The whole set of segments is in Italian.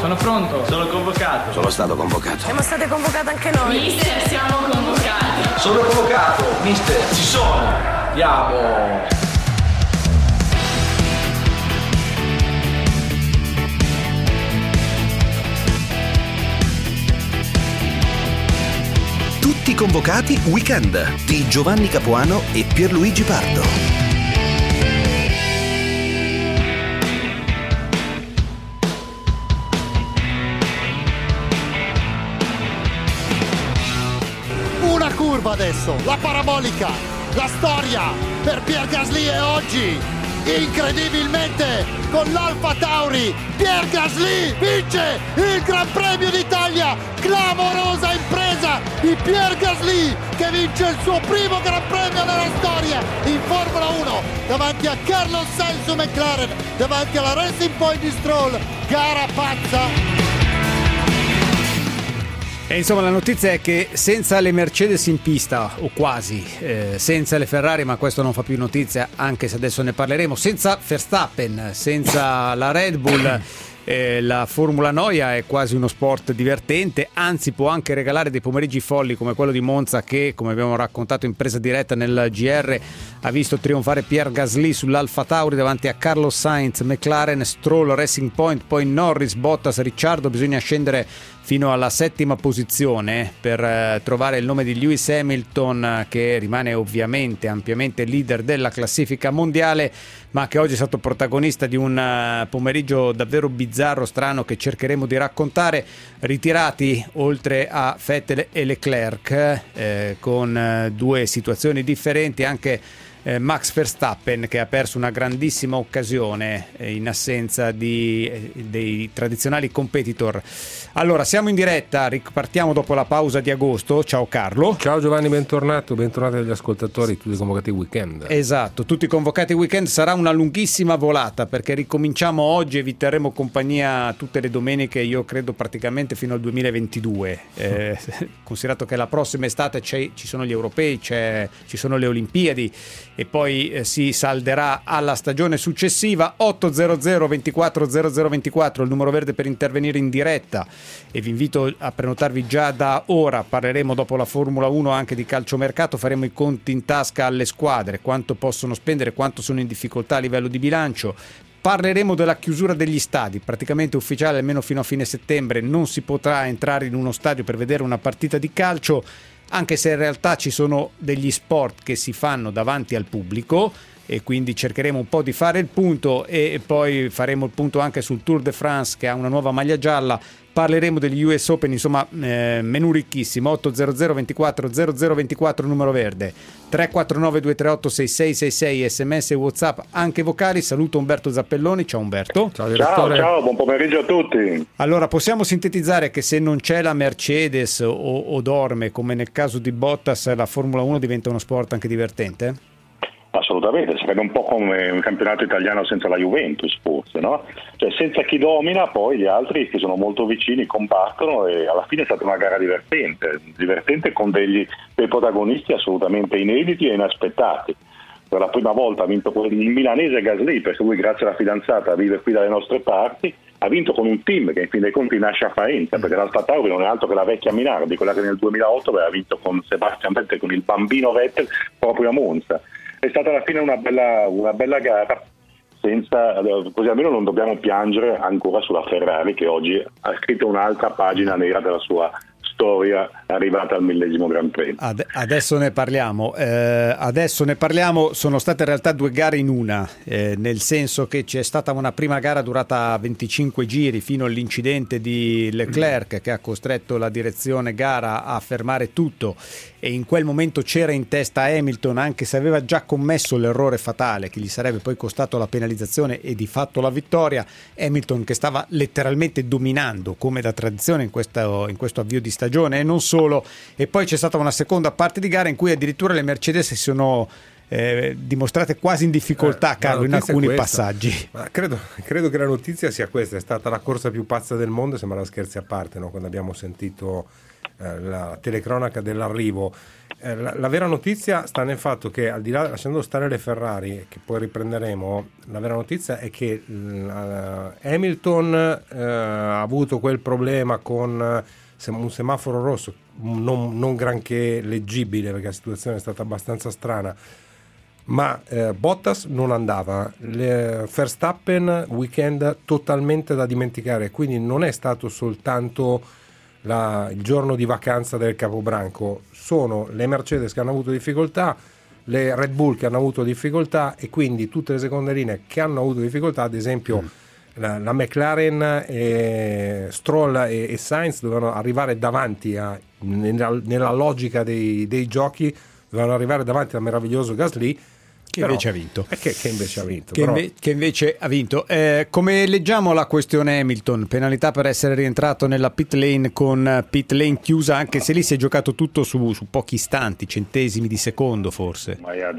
Sono pronto. Sono convocato. Sono stato convocato. Siamo state convocate anche noi. Mister, siamo convocati. Sono convocato. Mister, ci sono. Andiamo. Tutti convocati weekend di Giovanni Capuano e Pierluigi Pardo. Una curva adesso, la parabolica, la storia per Pierre Gasly è oggi. Incredibilmente con l'Alfa Tauri Pierre Gasly vince il Gran Premio d'Italia. Clamorosa impresa di Pierre Gasly che vince il suo primo Gran Premio nella storia in Formula 1 davanti a Carlos Sainz McLaren, davanti alla Racing Point di Stroll. Gara pazza. E insomma la notizia è che senza le Mercedes in pista, o quasi, senza le Ferrari, ma questo non fa più notizia, anche se adesso ne parleremo, senza Verstappen, senza la Red Bull, la Formula Noia è quasi uno sport divertente, anzi può anche regalare dei pomeriggi folli come quello di Monza che, come abbiamo raccontato in presa diretta nel GR, ha visto trionfare Pierre Gasly sull'Alfa Tauri davanti a Carlos Sainz, McLaren, Stroll, Racing Point, poi Norris, Bottas, Ricciardo. Bisogna scendere fino alla settima posizione per trovare il nome di Lewis Hamilton, che rimane ovviamente ampiamente leader della classifica mondiale, ma che oggi è stato protagonista di un pomeriggio davvero bizzarro, strano, che cercheremo di raccontare. Ritirati oltre a Vettel e Leclerc, con due situazioni differenti, anche Max Verstappen, che ha perso una grandissima occasione in assenza dei tradizionali competitor. Allora, siamo in diretta, ripartiamo dopo la pausa di agosto. Ciao Carlo. Ciao Giovanni, bentornati agli ascoltatori, tutti convocati weekend. Esatto, tutti convocati weekend. Sarà una lunghissima volata perché ricominciamo oggi e vi terremo compagnia tutte le domeniche, io credo praticamente fino al 2022, considerato che la prossima estate ci sono gli europei, ci sono le Olimpiadi e poi si salderà alla stagione successiva. 800 24 0024 il numero verde per intervenire in diretta, e vi invito a prenotarvi già da ora. Parleremo dopo la Formula 1 anche di calciomercato, faremo i conti in tasca alle squadre, quanto possono spendere, quanto sono in difficoltà a livello di bilancio. Parleremo della chiusura degli stadi, praticamente ufficiale, almeno fino a fine settembre non si potrà entrare in uno stadio per vedere una partita di calcio, anche se in realtà ci sono degli sport che si fanno davanti al pubblico, e quindi cercheremo un po' di fare il punto, e poi faremo il punto anche sul Tour de France che ha una nuova maglia gialla. Parleremo degli US Open, insomma menù ricchissimo. 800 24 0024 numero verde, 349 238 6666 sms e WhatsApp anche vocali. Saluto Umberto Zappelloni. Ciao Umberto. Ciao, buon pomeriggio a tutti. Allora, possiamo sintetizzare che se non c'è la Mercedes o dorme, come nel caso di Bottas, la Formula 1 diventa uno sport anche divertente? Assolutamente, sarebbe un po' come un campionato italiano senza la Juventus, forse, no? Cioè senza chi domina, poi gli altri che sono molto vicini combattono, e alla fine è stata una gara divertente con dei protagonisti assolutamente inediti e inaspettati. Per la prima volta ha vinto il milanese Gasly, perché lui, grazie alla fidanzata, vive qui dalle nostre parti. Ha vinto con un team che in fin dei conti nasce a Faenza, perché l'Alfa Tauri non è altro che la vecchia Minardi, quella che nel 2008 aveva vinto con Sebastian Vettel, con il bambino Vettel, proprio a Monza. È stata alla fine una bella gara, così almeno non dobbiamo piangere ancora sulla Ferrari, che oggi ha scritto un'altra pagina nera della sua storia arrivata al 1000° Gran Premio. Adesso ne parliamo. Sono state in realtà due gare in una, nel senso che c'è stata una prima gara durata 25 giri fino all'incidente di Leclerc che ha costretto la direzione gara a fermare tutto, e in quel momento c'era in testa Hamilton, anche se aveva già commesso l'errore fatale che gli sarebbe poi costato la penalizzazione e di fatto la vittoria. Hamilton che stava letteralmente dominando come da tradizione in questo avvio di stagione, e non solo. E poi c'è stata una seconda parte di gara in cui addirittura le Mercedes si sono dimostrate quasi in difficoltà, Carlo, in alcuni passaggi. Ma credo che la notizia sia questa: è stata la corsa più pazza del mondo, sembrava scherzi a parte, no? Quando abbiamo sentito la telecronaca dell'arrivo, La vera notizia sta nel fatto che, al di là, lasciando stare le Ferrari, che poi riprenderemo, la vera notizia è che Hamilton ha avuto quel problema con un semaforo rosso non granché leggibile, perché la situazione è stata abbastanza strana, ma Bottas non andava. Verstappen weekend totalmente da dimenticare, quindi non è stato soltanto il giorno di vacanza del capobranco, sono le Mercedes che hanno avuto difficoltà, le Red Bull che hanno avuto difficoltà, e quindi tutte le seconde linee che hanno avuto difficoltà. Ad esempio la McLaren, Stroll e Sainz dovevano arrivare davanti nella logica dei giochi, dovevano arrivare davanti al meraviglioso Gasly, che invece ha vinto. Che invece ha vinto. Che invece ha vinto. Come leggiamo la questione Hamilton? Penalità per essere rientrato nella pit lane con pit lane chiusa, anche se lì si è giocato tutto su pochi istanti, centesimi di secondo forse. Ma è a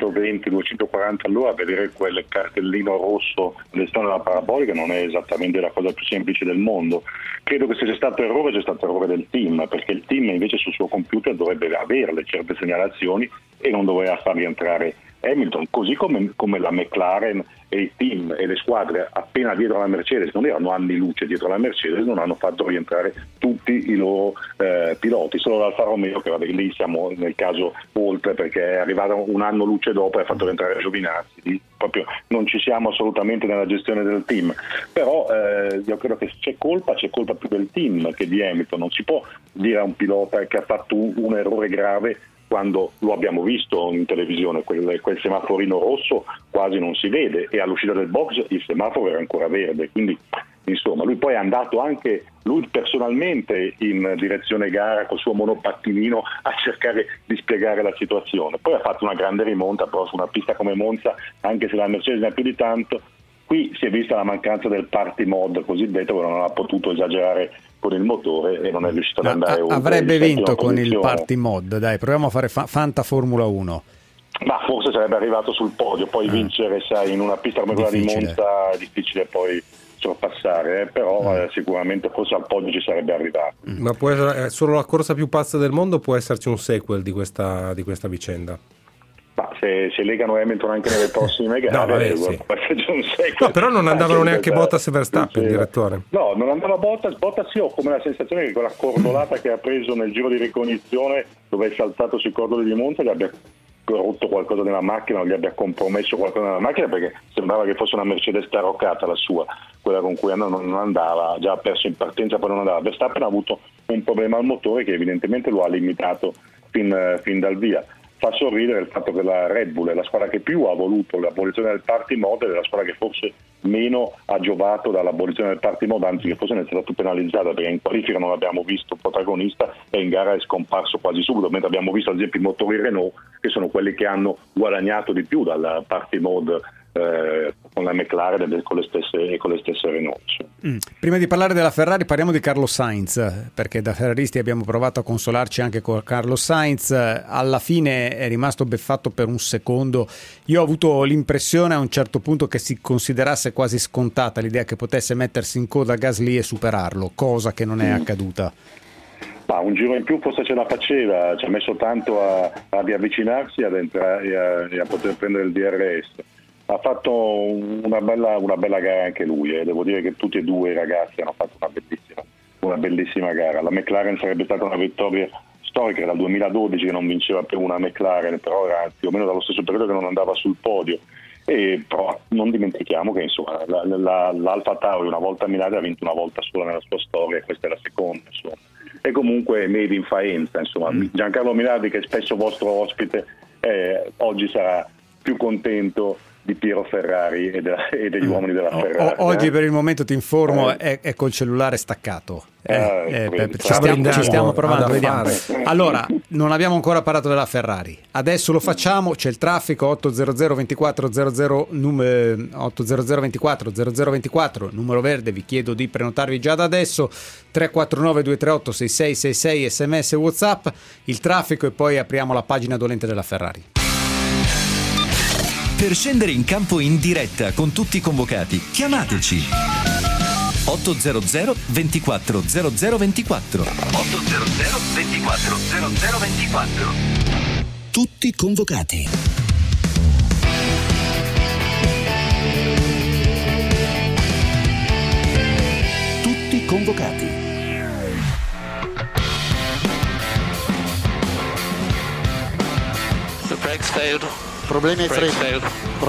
220-240 all'ora, vedere quel cartellino rosso all'esterno della parabolica non è esattamente la cosa più semplice del mondo. Credo che se c'è stato errore del team, perché il team invece sul suo computer dovrebbe averle certe segnalazioni e non doveva far rientrare Hamilton, così come la McLaren e i team e le squadre appena dietro la Mercedes, non erano anni luce dietro la Mercedes, non hanno fatto rientrare tutti i loro piloti, solo l'Alfa Romeo, che lì siamo nel caso oltre, perché è arrivato un anno luce dopo e ha fatto rientrare Giovinazzi. Lì proprio non ci siamo assolutamente nella gestione del team, però io credo che c'è colpa più del team che di Hamilton. Non si può dire a un pilota che ha fatto un errore grave quando lo abbiamo visto in televisione, quel semaforino rosso quasi non si vede, e all'uscita del box il semaforo era ancora verde, quindi insomma lui poi è andato anche lui personalmente in direzione gara col suo monopattinino a cercare di spiegare la situazione. Poi ha fatto una grande rimonta, però su una pista come Monza, anche se la Mercedes ne ha più di tanto, qui si è vista la mancanza del party mode cosiddetto, dove non ha potuto esagerare con il motore e non è riuscito ad andare oltre. Avrebbe vinto con il party mode, dai, proviamo a fare Fanta Formula 1. Ma forse sarebbe arrivato sul podio, poi vincere, sai, in una pista come quella di Monza è difficile poi sorpassare, però sicuramente forse al podio ci sarebbe arrivato. Ma può essere solo la corsa più pazza del mondo, può esserci un sequel di questa vicenda? Ma se legano Hamilton anche nelle prossime gare, sì. No, però non andavano neanche Bottas e Verstappen, direttore. No, non andava Bottas io ho come la sensazione che quella cordolata che ha preso nel giro di ricognizione, dove è saltato sui cordoli di Monza, gli abbia rotto qualcosa nella macchina o gli abbia compromesso qualcosa nella macchina, perché sembrava che fosse una Mercedes taroccata la sua, quella con cui non andava, già ha perso in partenza, poi non andava. Verstappen ha avuto un problema al motore che evidentemente lo ha limitato fin dal via. Fa sorridere il fatto che la Red Bull è la squadra che più ha voluto l'abolizione del party mode, è la squadra che forse meno ha giovato dall'abolizione del party mode, anzi che forse ne è stata più penalizzata, perché in qualifica non l'abbiamo visto protagonista e in gara è scomparso quasi subito, mentre abbiamo visto ad esempio i motori Renault, che sono quelli che hanno guadagnato di più dal party mode con la McLaren e con le stesse Renault. Prima di parlare della Ferrari parliamo di Carlos Sainz, perché da ferraristi abbiamo provato a consolarci anche con Carlos Sainz. Alla fine è rimasto beffatto per un secondo. Io ho avuto l'impressione a un certo punto che si considerasse quasi scontata l'idea che potesse mettersi in coda a Gasly e superarlo, cosa che non è accaduta. Ma un giro in più forse ce la faceva, ci ha messo tanto a riavvicinarsi ad entrare e a poter prendere il DRS. Ha fatto una bella gara anche lui, devo dire che tutti e due i ragazzi hanno fatto una bellissima gara. La McLaren sarebbe stata una vittoria storica, dal 2012 che non vinceva più una McLaren, però era più o meno dallo stesso periodo che non andava sul podio. Però non dimentichiamo che insomma l'Alfa Tauri una volta a Milano ha vinto una volta sola nella sua storia, e questa è la seconda, insomma. E comunque made in Faenza, insomma. Giancarlo Minardi, che è spesso vostro ospite, oggi sarà più contento di Piero Ferrari e degli uomini della Ferrari. Oggi per il momento ti informo è col cellulare staccato. Ci stiamo provando, vediamo. Allora, non abbiamo ancora parlato della Ferrari, adesso lo facciamo. C'è il traffico 800 24 00 numero verde, vi chiedo di prenotarvi già da adesso. 349 238 6666 sms WhatsApp, il traffico, e poi apriamo la pagina dolente della Ferrari. Per scendere in campo in diretta con tutti i convocati, chiamateci 800 24 0024. 800 24 0024. Tutti convocati. Tutti convocati. Problemi ai freni,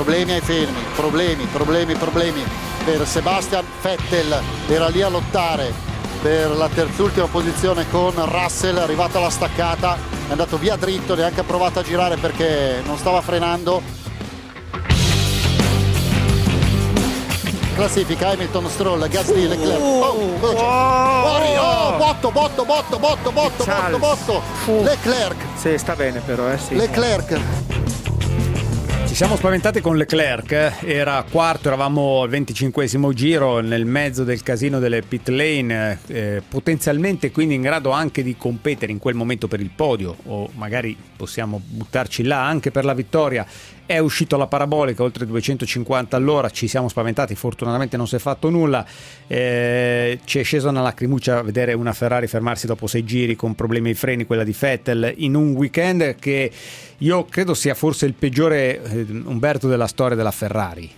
problemi per Sebastian Vettel, era lì a lottare per la terzultima posizione con Russell, è arrivata la staccata, è andato via dritto, neanche ha provato a girare perché non stava frenando. Classifica Hamilton, Stroll, Gasly, Leclerc. Botto. Leclerc. Sì, sta bene però, sì. Leclerc. Ci siamo spaventati con Leclerc, era quarto, eravamo al 25esimo giro, nel mezzo del casino delle pit lane, potenzialmente quindi in grado anche di competere in quel momento per il podio, o magari possiamo buttarci là anche per la vittoria. È uscito alla parabolica oltre 250 all'ora, ci siamo spaventati, fortunatamente non si è fatto nulla, ci è scesa una lacrimuccia a vedere una Ferrari fermarsi dopo 6 giri con problemi ai freni, quella di Vettel, in un weekend che io credo sia forse il peggiore, Umberto, della storia della Ferrari.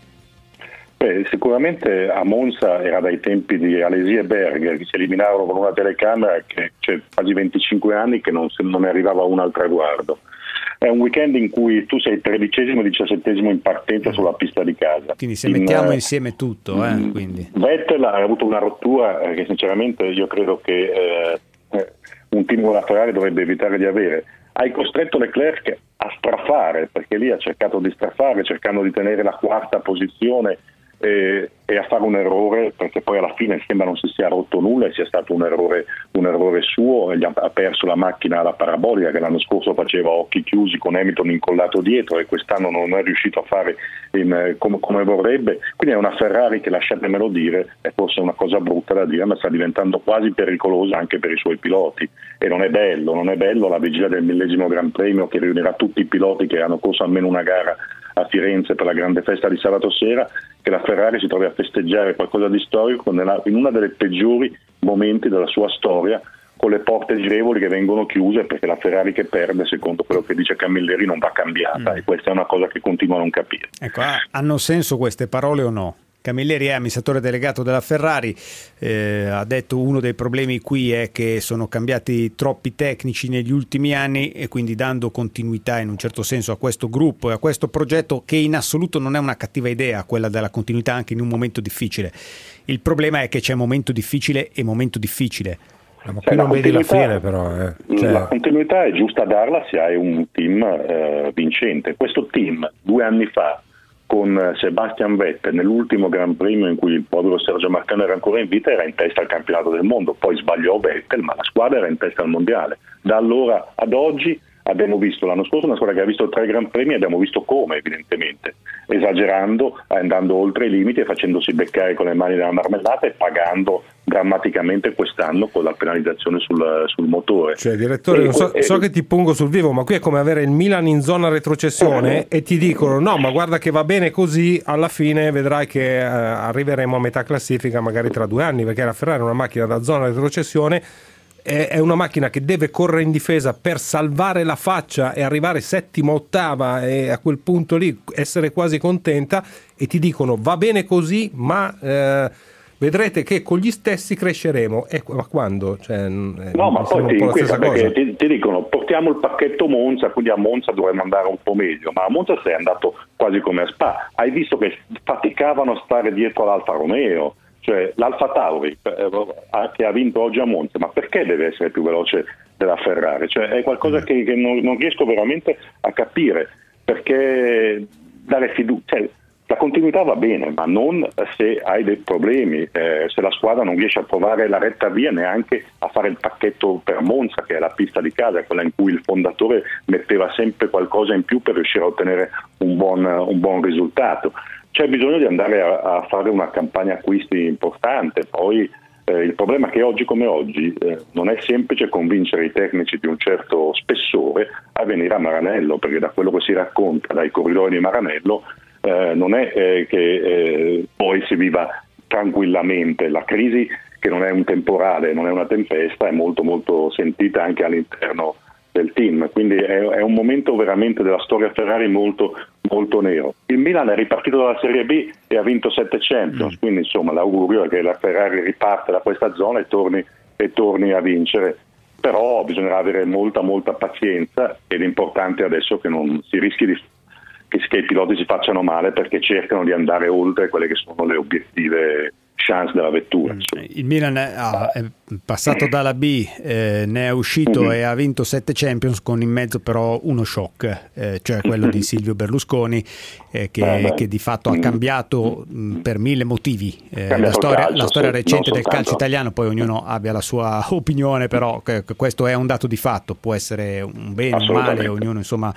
Sicuramente a Monza era dai tempi di Alesi e Berger che si eliminarono con una telecamera, che c'è quasi 25 anni che non ne arrivava una al traguardo. È un weekend in cui tu sei 13esimo e 17esimo in partenza sulla pista di casa. Quindi se mettiamo insieme tutto, quindi. Vettel ha avuto una rottura che sinceramente io credo che un team come la Ferrari dovrebbe evitare di avere. Hai costretto Leclerc a strafare, perché lì ha cercato di strafare, cercando di tenere la quarta posizione e a fare un errore, perché poi alla fine sembra non si sia rotto nulla e sia stato un errore suo, e ha perso la macchina alla parabolica che l'anno scorso faceva occhi chiusi con Hamilton incollato dietro e quest'anno non è riuscito a fare come vorrebbe. Quindi è una Ferrari che, lasciatemelo dire, è forse una cosa brutta da dire, ma sta diventando quasi pericolosa anche per i suoi piloti, e non è bello la vigilia del 1000° Gran Premio che riunirà tutti i piloti che hanno corso almeno una gara a Firenze per la grande festa di sabato sera, che la Ferrari si trovi a festeggiare qualcosa di storico in una delle peggiori momenti della sua storia, con le porte girevoli che vengono chiuse, perché la Ferrari che perde, secondo quello che dice Camilleri, non va cambiata, e questa è una cosa che continuo a non capire. Ecco, hanno senso queste parole o no? Camilleri è amministratore delegato della Ferrari, ha detto uno dei problemi qui è che sono cambiati troppi tecnici negli ultimi anni, e quindi dando continuità in un certo senso a questo gruppo e a questo progetto, che in assoluto non è una cattiva idea quella della continuità anche in un momento difficile. Il problema è che c'è momento difficile e momento difficile. Ma qui non vedi la fine però. La continuità è giusta darla se hai un team vincente. Questo team 2 anni fa, con Sebastian Vettel nell'ultimo Gran Premio in cui il povero Sergio Marcano era ancora in vita, era in testa al campionato del mondo, poi sbagliò Vettel, ma la squadra era in testa al mondiale. Da allora ad oggi abbiamo visto l'anno scorso una squadra che ha visto 3 Gran Premi, abbiamo visto come, evidentemente, esagerando, andando oltre i limiti e facendosi beccare con le mani nella marmellata e pagando drammaticamente quest'anno con la penalizzazione sul motore. Cioè, direttore, so che ti pongo sul vivo, ma qui è come avere il Milan in zona retrocessione e ti dicono no, ma guarda che va bene così, alla fine vedrai che arriveremo a metà classifica magari tra 2 anni, perché la Ferrari è una macchina da zona retrocessione, è una macchina che deve correre in difesa per salvare la faccia e arrivare settima, ottava, e a quel punto lì essere quasi contenta, e ti dicono va bene così, ma vedrete che con gli stessi cresceremo. Ma quando? No, ma poi ti dicono portiamo il pacchetto Monza, quindi a Monza dovremmo andare un po' meglio, ma a Monza sei andato quasi come a Spa, hai visto che faticavano a stare dietro all'Alfa Romeo, cioè l'Alfa Tauri che ha vinto oggi a Monza, ma perché deve essere più veloce della Ferrari? Cioè è qualcosa che non riesco veramente a capire, perché dare fiducia, la continuità va bene, ma non se hai dei problemi, se la squadra non riesce a trovare la retta via neanche a fare il pacchetto per Monza, che è la pista di casa, quella in cui il fondatore metteva sempre qualcosa in più per riuscire a ottenere un buon risultato. C'è bisogno di andare a fare una campagna acquisti importante. Poi il problema è che oggi come oggi non è semplice convincere i tecnici di un certo spessore a venire a Maranello, perché da quello che si racconta dai corridori di Maranello non è che poi si viva tranquillamente. La crisi, che non è un temporale, non è una tempesta, è molto molto sentita anche all'interno del team, quindi è un momento veramente della storia Ferrari molto molto nero. Il Milan è ripartito dalla Serie B e ha vinto 7 Champions, quindi insomma l'augurio è che la Ferrari riparte da questa zona e torni a vincere, però bisognerà avere molta pazienza, ed è importante adesso che non si rischi che i piloti si facciano male, perché cercano di andare oltre quelle che sono le obiettive chance della vettura. Il Milan è passato dalla B, ne è uscito e ha vinto 7 Champions, con in mezzo però uno shock, cioè quello di Silvio Berlusconi, che di fatto ha cambiato per 1000 motivi la storia recente del calcio italiano. Poi ognuno abbia la sua opinione, però questo è un dato di fatto, può essere un bene o un male, ognuno insomma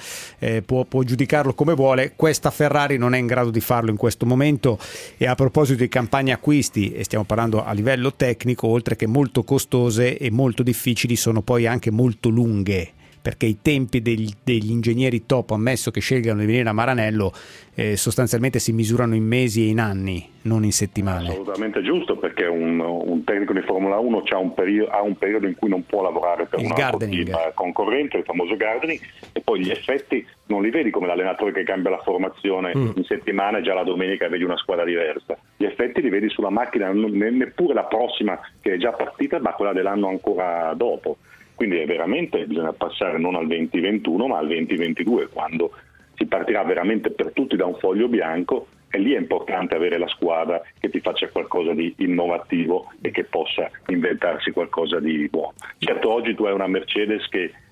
può giudicarlo come vuole. Questa Ferrari non è in grado di farlo in questo momento, e a proposito di campagne acquisti, e stiamo parlando a livello tecnico, oltre che molto costose e molto difficili, sono poi anche molto lunghe, perché i tempi degli ingegneri top, ammesso che scelgano di venire a Maranello, sostanzialmente si misurano in mesi e in anni, non in settimane. Assolutamente giusto, perché un tecnico di Formula 1 ha un periodo in cui non può lavorare per una cortina concorrente, il famoso gardening, e poi gli effetti non li vedi come l'allenatore che cambia la formazione in settimana e già la domenica vedi una squadra diversa. Gli effetti li vedi sulla macchina, neppure la prossima che è già partita, ma quella dell'anno ancora dopo. Quindi è veramente, bisogna passare non al 2021 ma al 2022, quando si partirà veramente per tutti da un foglio bianco, e lì è importante avere la squadra che ti faccia qualcosa di innovativo e che possa inventarsi qualcosa di buono. Certo, oggi tu hai una Mercedes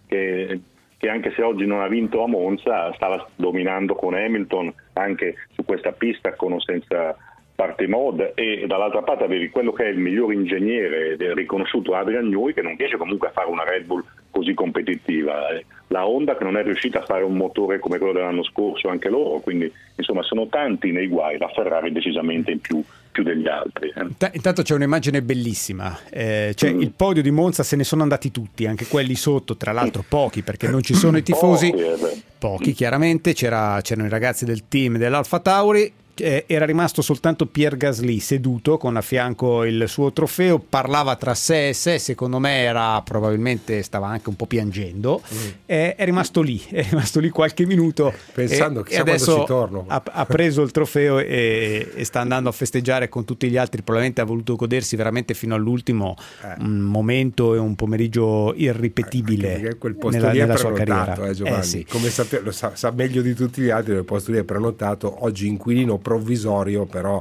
che anche se oggi non ha vinto a Monza, stava dominando con Hamilton anche su questa pista, con o senza party mode, e dall'altra parte avevi quello che è il miglior ingegnere riconosciuto, Adrian Newey, che non riesce comunque a fare una Red Bull così competitiva, la Honda che non è riuscita a fare un motore come quello dell'anno scorso, anche loro, quindi insomma sono tanti nei guai, la Ferrari decisamente in più degli altri. Intanto c'è un'immagine bellissima, il podio di Monza, se ne sono andati tutti, anche quelli sotto, tra l'altro pochi, perché non ci sono i tifosi, pochi chiaramente, c'erano i ragazzi del team dell'Alfa Tauri. Era rimasto soltanto Pierre Gasly seduto con a fianco il suo trofeo, parlava tra sé e sé, secondo me probabilmente stava anche un po' piangendo, è rimasto lì qualche minuto, pensando che adesso ci torno. Ha preso il trofeo e sta andando a festeggiare con tutti gli altri. Probabilmente ha voluto godersi veramente fino all'ultimo un momento e un pomeriggio irripetibile quel posto nella sua carriera. Giovanni, sì. Come lo sa meglio di tutti gli altri, il posto lì è prenotato, oggi inquilino provvisorio, però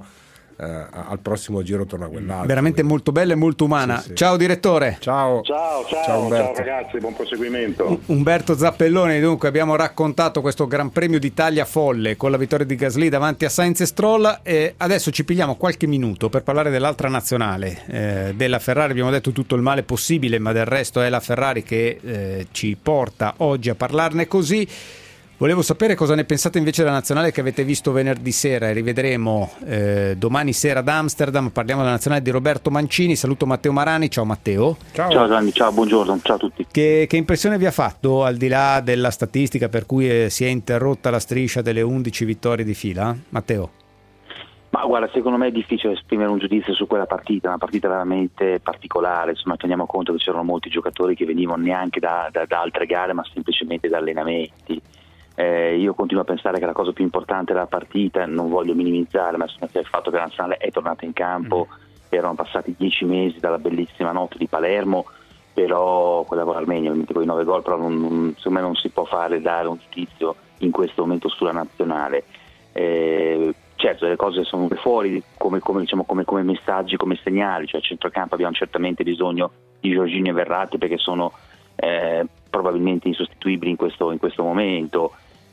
al prossimo giro torna quell'altro. Veramente molto bella e molto umana. Sì. Ciao direttore. Ciao ragazzi, buon proseguimento. Umberto Zappelloni. Dunque abbiamo raccontato questo Gran Premio d'Italia folle con la vittoria di Gasly davanti a Sainz e Stroll, e adesso ci pigliamo qualche minuto per parlare dell'altra nazionale, della Ferrari. Abbiamo detto tutto il male possibile, ma del resto è la Ferrari che ci porta oggi a parlarne così. Volevo sapere cosa ne pensate invece della nazionale che avete visto venerdì sera, e rivedremo domani sera ad Amsterdam. Parliamo della nazionale di Roberto Mancini. Saluto Matteo Marani. Ciao Matteo. Ciao Gianni, ciao, buongiorno, ciao a tutti. Che impressione vi ha fatto, al di là della statistica per cui si è interrotta la striscia delle 11 vittorie di fila? Matteo? Ma guarda, secondo me è difficile esprimere un giudizio su quella partita, una partita veramente particolare. Insomma, teniamo conto che c'erano molti giocatori che venivano neanche da altre gare, ma semplicemente da allenamenti. Io continuo a pensare che la cosa più importante della partita, non voglio minimizzare, ma il fatto che la nazionale è tornata in campo. Erano passati 10 mesi dalla bellissima notte di Palermo, però quella con l'Armenia, ovviamente con i 9 gol, però secondo me non si può dare un giudizio in questo momento sulla nazionale. Certo, le cose sono venute fuori come messaggi, come segnali, cioè a centrocampo abbiamo certamente bisogno di Jorginho e Verratti, perché sono probabilmente insostituibili in questo momento.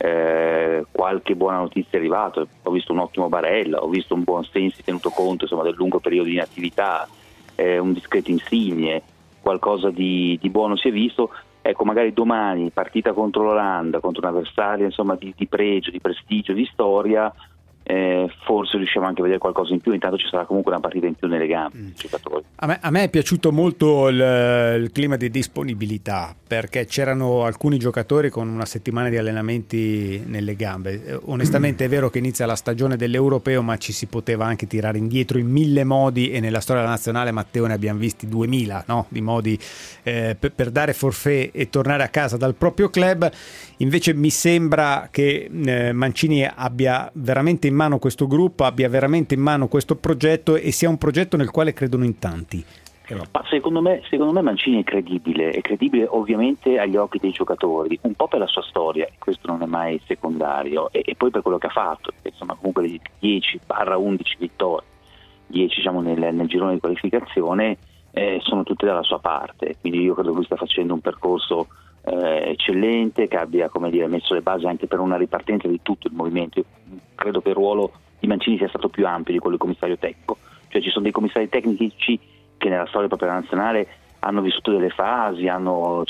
Qualche buona notizia è arrivata, ho visto un ottimo Barella, ho visto un buon Sensi tenuto conto del lungo periodo di inattività, un discreto Insigne, qualcosa di buono si è visto. Ecco, magari domani partita contro l'Olanda, contro un avversario di pregio, di prestigio, di storia, forse riusciamo anche a vedere qualcosa in più. Intanto ci sarà comunque una partita in più nelle gambe. A me è piaciuto molto il clima di disponibilità, perché c'erano alcuni giocatori con una settimana di allenamenti nelle gambe. Onestamente è vero che inizia la stagione dell'Europeo, ma ci si poteva anche tirare indietro in 1000 modi, e nella storia della nazionale, Matteo, ne abbiamo visti 2000, no? Di modi per dare forfait e tornare a casa dal proprio club. Invece mi sembra che Mancini abbia veramente in mano questo gruppo, abbia veramente in mano questo progetto, e sia un progetto nel quale credono in tanti. Ma secondo me Mancini è credibile ovviamente agli occhi dei giocatori, un po' per la sua storia, questo non è mai secondario, e poi per quello che ha fatto. Insomma, comunque le 10/11 vittorie, 10 diciamo nel girone di qualificazione, sono tutte dalla sua parte, quindi io credo che lui stia facendo un percorso eccellente, che abbia, come dire, messo le basi anche per una ripartenza di tutto il movimento. Io credo che il ruolo di Mancini sia stato più ampio di quello del commissario tecnico, cioè ci sono dei commissari tecnici che nella storia proprio nazionale hanno vissuto delle fasi, hanno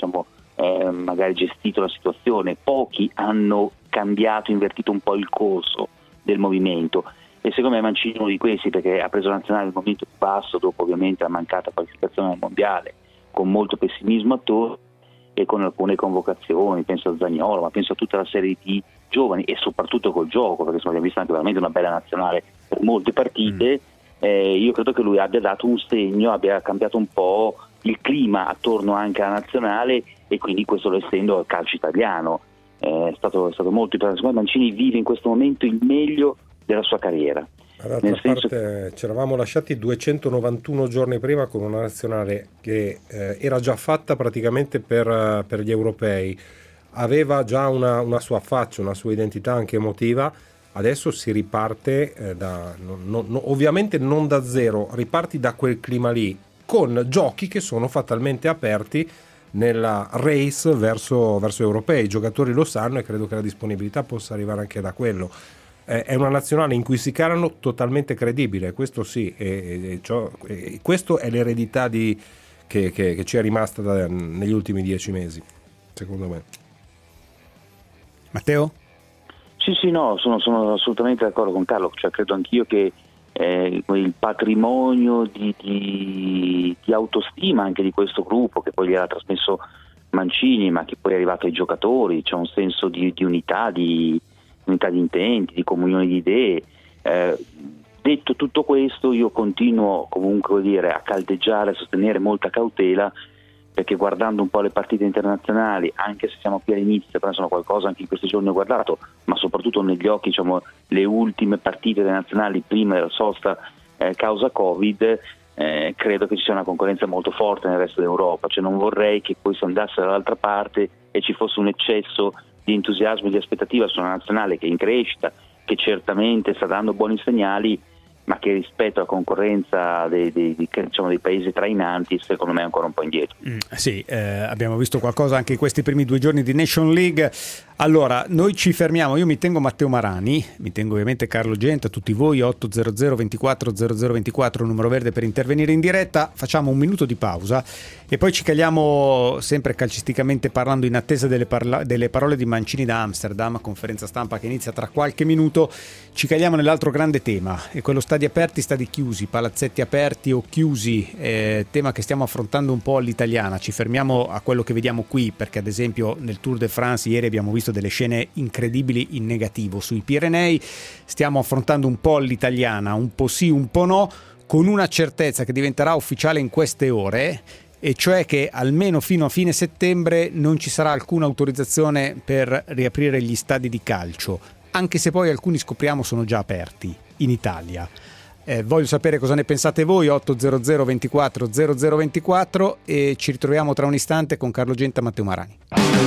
magari gestito la situazione, pochi hanno cambiato, invertito un po' il corso del movimento, e secondo me Mancini è uno di questi, perché ha preso la nazionale nel momento più basso, dopo ovviamente la mancata qualificazione al mondiale, con molto pessimismo attorno e con alcune convocazioni, penso a Zaniolo, ma penso a tutta la serie di giovani, e soprattutto col gioco, perché abbiamo visto anche veramente una bella nazionale per molte partite. Io credo che lui abbia dato un segno, abbia cambiato un po' il clima attorno anche alla nazionale, e quindi questo lo estendo al calcio italiano. È stato molto importante. Secondo me Mancini vive in questo momento il meglio della sua carriera. D'altra parte ci eravamo lasciati 291 giorni prima con una nazionale che era già fatta praticamente per gli europei, aveva già una sua faccia, una sua identità anche emotiva. Adesso si riparte ovviamente non da zero, riparti da quel clima lì, con giochi che sono fatalmente aperti nella race verso europei. I giocatori lo sanno, e credo che la disponibilità possa arrivare anche da quello. È una nazionale in cui si carano totalmente credibile, questo sì, e questo è l'eredità che ci è rimasta negli ultimi 10 mesi, secondo me. Matteo? Sì, no, sono assolutamente d'accordo con Carlo, cioè credo anch'io che il patrimonio di autostima anche di questo gruppo, che poi gli ha trasmesso Mancini, ma che poi è arrivato ai giocatori, c'è un senso di unità, di intenti, di comunione di idee. Detto tutto questo, io continuo comunque a caldeggiare, a sostenere molta cautela, perché guardando un po' le partite internazionali, anche se siamo qui all'inizio, però sono qualcosa anche in questi giorni ho guardato, ma soprattutto negli occhi le ultime partite delle nazionali prima della sosta causa Covid, credo che ci sia una concorrenza molto forte nel resto d'Europa, cioè non vorrei che poi si andasse dall'altra parte e ci fosse un eccesso di entusiasmo e di aspettativa su una nazionale che è in crescita, che certamente sta dando buoni segnali, ma che rispetto alla concorrenza dei paesi trainanti secondo me è ancora un po' indietro. Sì, abbiamo visto qualcosa anche in questi primi 2 giorni di Nation League. Allora, noi ci fermiamo, io mi tengo Matteo Marani, mi tengo ovviamente Carlo Genta, tutti voi, 800 24 0024, numero verde per intervenire in diretta. Facciamo un minuto di pausa e poi ci caliamo, sempre calcisticamente parlando, in attesa delle parole di Mancini da Amsterdam, conferenza stampa che inizia tra qualche minuto. Ci caliamo nell'altro grande tema, e quello stadi aperti, stadi chiusi, palazzetti aperti o chiusi, tema che stiamo affrontando un po' all'italiana. Ci fermiamo a quello che vediamo qui, perché ad esempio nel Tour de France ieri abbiamo visto delle scene incredibili in negativo sui Pirenei. Stiamo affrontando un po' l'italiana, un po' sì, un po' no, con una certezza che diventerà ufficiale in queste ore, e cioè che almeno fino a fine settembre non ci sarà alcuna autorizzazione per riaprire gli stadi di calcio, anche se poi alcuni, scopriamo, sono già aperti in Italia. Voglio sapere cosa ne pensate voi, 800 24 0024, e ci ritroviamo tra un istante con Carlo Genta e Matteo Marani.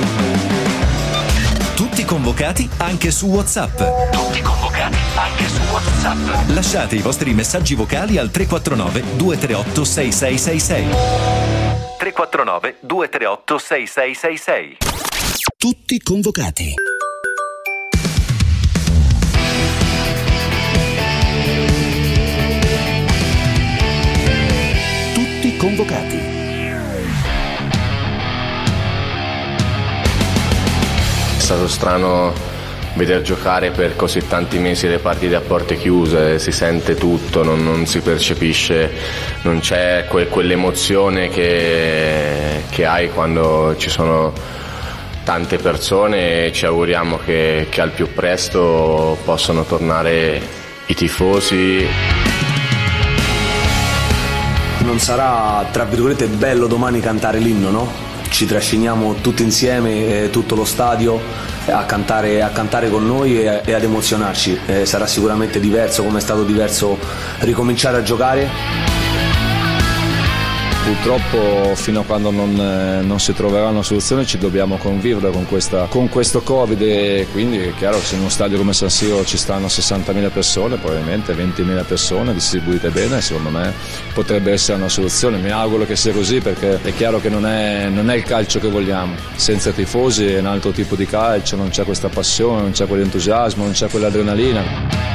Tutti convocati anche su WhatsApp. Lasciate i vostri messaggi vocali al 349 238 6666. 349 238 6666. Tutti convocati. Convocati. È stato strano vedere giocare per così tanti mesi le partite a porte chiuse, si sente tutto, non si percepisce, non c'è quell'emozione che hai quando ci sono tante persone, e ci auguriamo che al più presto possano tornare i tifosi. Non sarà, tra virgolette, bello domani cantare l'inno, no? Ci trasciniamo tutti insieme, tutto lo stadio a cantare con noi e ad emozionarci. Sarà sicuramente diverso, come è stato diverso ricominciare a giocare. Purtroppo fino a quando non si troverà una soluzione ci dobbiamo convivere con questo Covid, e quindi è chiaro che se in uno stadio come San Siro ci stanno 60.000 persone, probabilmente 20.000 persone distribuite bene, secondo me potrebbe essere una soluzione. Mi auguro che sia così, perché è chiaro che non è il calcio che vogliamo. Senza tifosi è un altro tipo di calcio, non c'è questa passione, non c'è quell'entusiasmo, non c'è quell'adrenalina.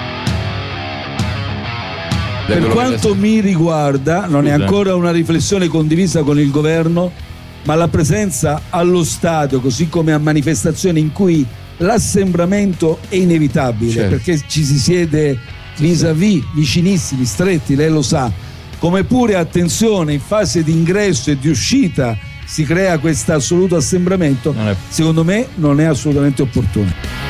Per quanto mi riguarda, non è ancora una riflessione condivisa con il governo, ma la presenza allo stadio, così come a manifestazioni in cui l'assembramento è inevitabile, certo, perché ci si siede vis-à-vis, vicinissimi, stretti, lei lo sa, come pure, attenzione, in fase di ingresso e di uscita si crea questo assoluto assembramento, secondo me non è assolutamente opportuno.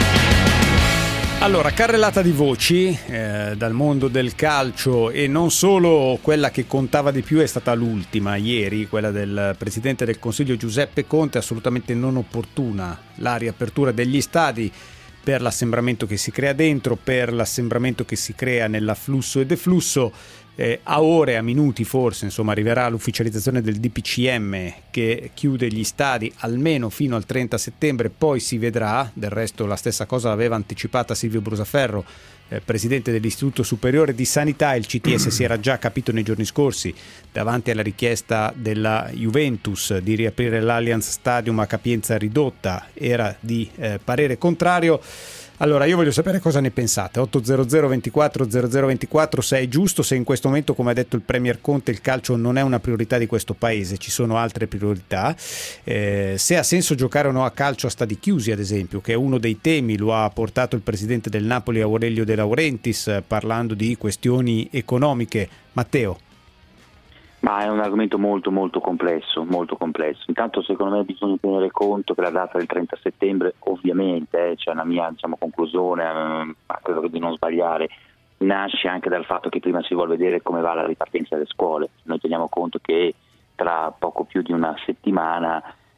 Allora, carrellata di voci dal mondo del calcio, e non solo. Quella che contava di più è stata l'ultima, ieri, quella del Presidente del Consiglio Giuseppe Conte, assolutamente non opportuna la riapertura degli stadi per l'assembramento che si crea dentro, per l'assembramento che si crea nell'afflusso e deflusso. A ore, a minuti forse, insomma, arriverà l'ufficializzazione del DPCM che chiude gli stadi almeno fino al 30 settembre, poi si vedrà. Del resto la stessa cosa l'aveva anticipata Silvio Brusaferro, presidente dell'Istituto Superiore di Sanità. Il CTS si era già capito nei giorni scorsi davanti alla richiesta della Juventus di riaprire l'Allianz Stadium a capienza ridotta, era di parere contrario. Allora, io voglio sapere cosa ne pensate. 800 24 0024, se è giusto, se in questo momento, come ha detto il Premier Conte, il calcio non è una priorità di questo paese, ci sono altre priorità, se ha senso giocare o no a calcio a stadi chiusi, ad esempio, che è uno dei temi, lo ha portato il presidente del Napoli Aurelio De Laurentiis, parlando di questioni economiche. Matteo? Ma è un argomento molto molto complesso, molto complesso. Intanto secondo me bisogna tenere conto che la data del 30 settembre, ovviamente, c'è una mia conclusione, ma credo di non sbagliare, nasce anche dal fatto che prima si vuole vedere come va la ripartenza delle scuole. Noi teniamo conto che tra poco più di una settimana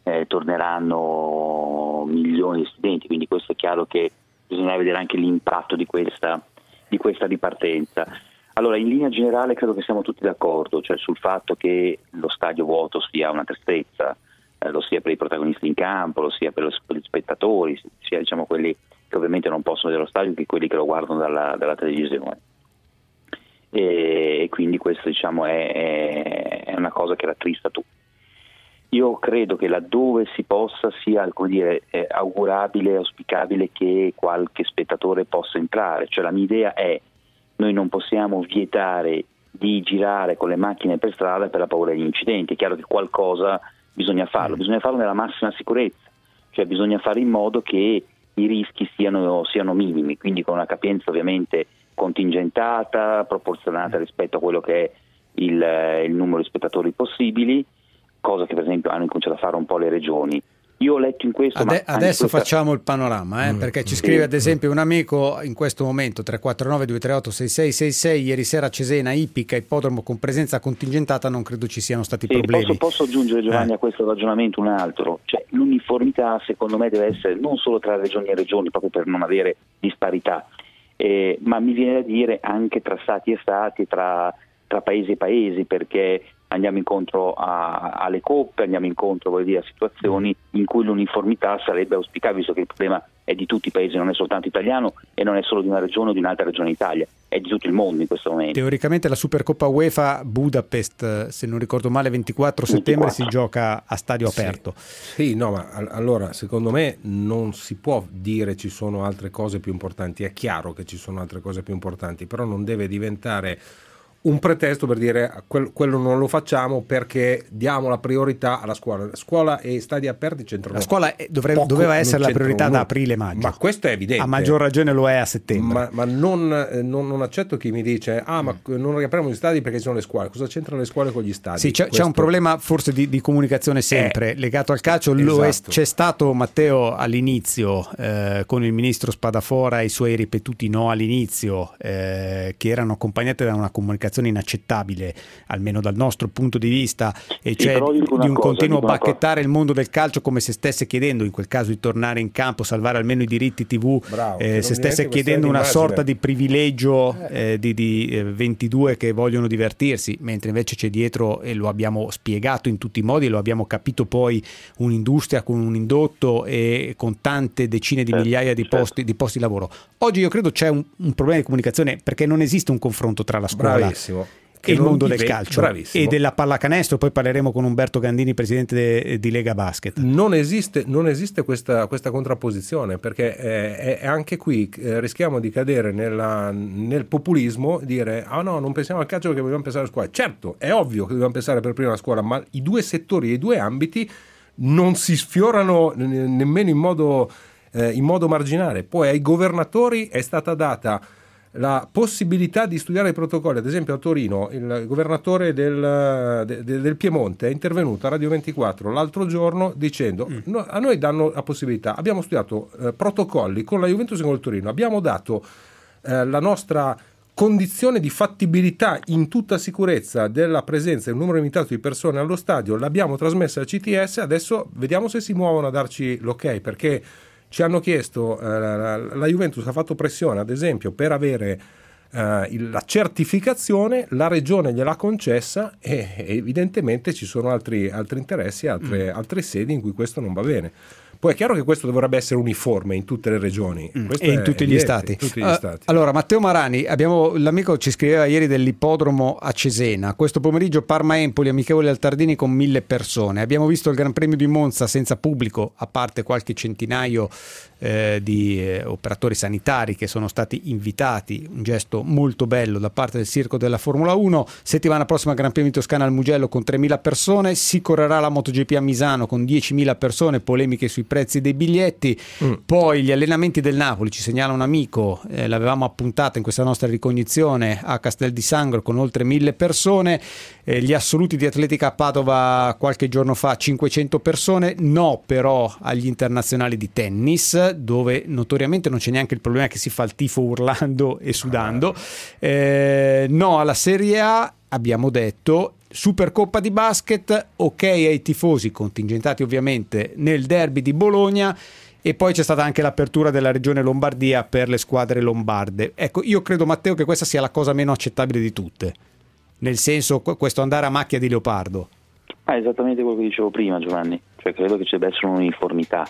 torneranno milioni di studenti, quindi questo è chiaro che bisogna vedere anche l'impatto di questa ripartenza. Allora, in linea generale credo che siamo tutti d'accordo, cioè sul fatto che lo stadio vuoto sia una tristezza, lo sia per i protagonisti in campo, lo sia per gli spettatori, sia diciamo quelli che ovviamente non possono vedere lo stadio che quelli che lo guardano dalla televisione. E quindi questo diciamo è una cosa che rattrista tutti. Io credo che laddove si possa sia, come dire, augurabile, auspicabile che qualche spettatore possa entrare, cioè la mia idea è: noi non possiamo vietare di girare con le macchine per strada per la paura degli incidenti. È chiaro che qualcosa bisogna farlo nella massima sicurezza, cioè bisogna fare in modo che i rischi siano minimi, quindi con una capienza ovviamente contingentata, proporzionata rispetto a quello che è il numero di spettatori possibili, cosa che per esempio hanno cominciato a fare un po' le regioni. Io ho letto in questo adesso facciamo il panorama, perché ci scrive ad esempio un amico in questo momento 349 238 6666: ieri sera a Cesena, ippica, ippodromo con presenza contingentata, non credo ci siano stati problemi. Posso aggiungere, Giovanni, a questo ragionamento un altro, cioè l'uniformità secondo me deve essere non solo tra regioni e regioni, proprio per non avere disparità, ma mi viene da dire anche tra stati e stati, tra paesi e paesi, perché andiamo incontro alle coppe, andiamo incontro a situazioni in cui l'uniformità sarebbe auspicabile, visto che il problema è di tutti i paesi, non è soltanto italiano e non è solo di una regione o di un'altra regione d'Italia, è di tutto il mondo in questo momento. Teoricamente la Supercoppa UEFA Budapest, se non ricordo male, 24 settembre si gioca a stadio aperto. Sì, no, ma allora secondo me non si può dire ci sono altre cose più importanti. È chiaro che ci sono altre cose più importanti, però non deve diventare un pretesto per dire quello non lo facciamo perché diamo la priorità alla scuola. Scuola e stadi aperti c'entrano. La scuola doveva essere la priorità da aprile-maggio. Ma questo è evidente. A maggior ragione lo è a settembre. Ma non accetto chi mi dice ma non riapriamo gli stadi perché ci sono le scuole. Cosa c'entrano le scuole con gli stadi? Sì, c'è un problema forse di comunicazione sempre legato al calcio. Esatto. C'è stato, Matteo, all'inizio con il ministro Spadafora e i suoi ripetuti no all'inizio che erano accompagnati da una comunicazione inaccettabile, almeno dal nostro punto di vista, e cioè di un continuo bacchettare il mondo del calcio come se stesse chiedendo in quel caso di tornare in campo, salvare almeno i diritti TV. Bravo, se stesse chiedendo una sorta di privilegio di 22 che vogliono divertirsi, mentre invece c'è dietro, e lo abbiamo spiegato in tutti i modi, lo abbiamo capito poi, un'industria con un indotto e con tante decine di migliaia di posti di lavoro. Oggi io credo c'è un problema di comunicazione, perché non esiste un confronto tra la scuola e il mondo del calcio e della pallacanestro. Poi parleremo con Umberto Gandini, presidente di Lega Basket. Non esiste questa contrapposizione, perché è anche qui rischiamo di cadere nel populismo, dire no, non pensiamo al calcio perché dobbiamo pensare alla scuola. Certo, è ovvio che dobbiamo pensare per prima alla scuola, ma i due settori e i due ambiti non si sfiorano nemmeno in modo marginale. Poi ai governatori è stata data la possibilità di studiare i protocolli. Ad esempio a Torino il governatore del Piemonte è intervenuto a Radio 24 l'altro giorno dicendo a noi danno la possibilità, abbiamo studiato protocolli con la Juventus e con il Torino, abbiamo dato la nostra condizione di fattibilità in tutta sicurezza della presenza di un numero limitato di persone allo stadio, l'abbiamo trasmessa al CTS, adesso vediamo se si muovono a darci l'ok, perché ci hanno chiesto, la Juventus ha fatto pressione ad esempio per avere la certificazione, la regione gliel'ha concessa e evidentemente ci sono altri interessi, altre sedi in cui questo non va bene. Poi è chiaro che questo dovrebbe essere uniforme in tutte le regioni e in tutti gli stati. Allora, Matteo Marani, l'amico ci scriveva ieri dell'ippodromo a Cesena, questo pomeriggio Parma-Empoli, amichevole al Tardini con 1000 persone. Abbiamo visto il Gran Premio di Monza senza pubblico, a parte qualche centinaio di operatori sanitari che sono stati invitati, un gesto molto bello da parte del circo della Formula 1. Settimana prossima Gran Premio di Toscana al Mugello con 3.000 persone, si correrà la MotoGP a Misano con 10.000 persone, polemiche sui prezzi dei biglietti. Poi gli allenamenti del Napoli, ci segnala un amico, l'avevamo appuntata in questa nostra ricognizione a Castel di Sangro con oltre 1.000 persone. Gli assoluti di atletica a Padova qualche giorno fa 500 persone, no però agli internazionali di tennis, dove notoriamente non c'è neanche il problema che si fa il tifo urlando e sudando, no alla Serie A, abbiamo detto. Supercoppa di basket, ok ai tifosi, contingentati ovviamente nel derby di Bologna, e poi c'è stata anche l'apertura della regione Lombardia per le squadre lombarde. Ecco, io credo, Matteo, che questa sia la cosa meno accettabile di tutte, nel senso, questo andare a macchia di leopardo. Esattamente quello che dicevo prima, Giovanni, cioè credo che ci debba essere un'uniformità.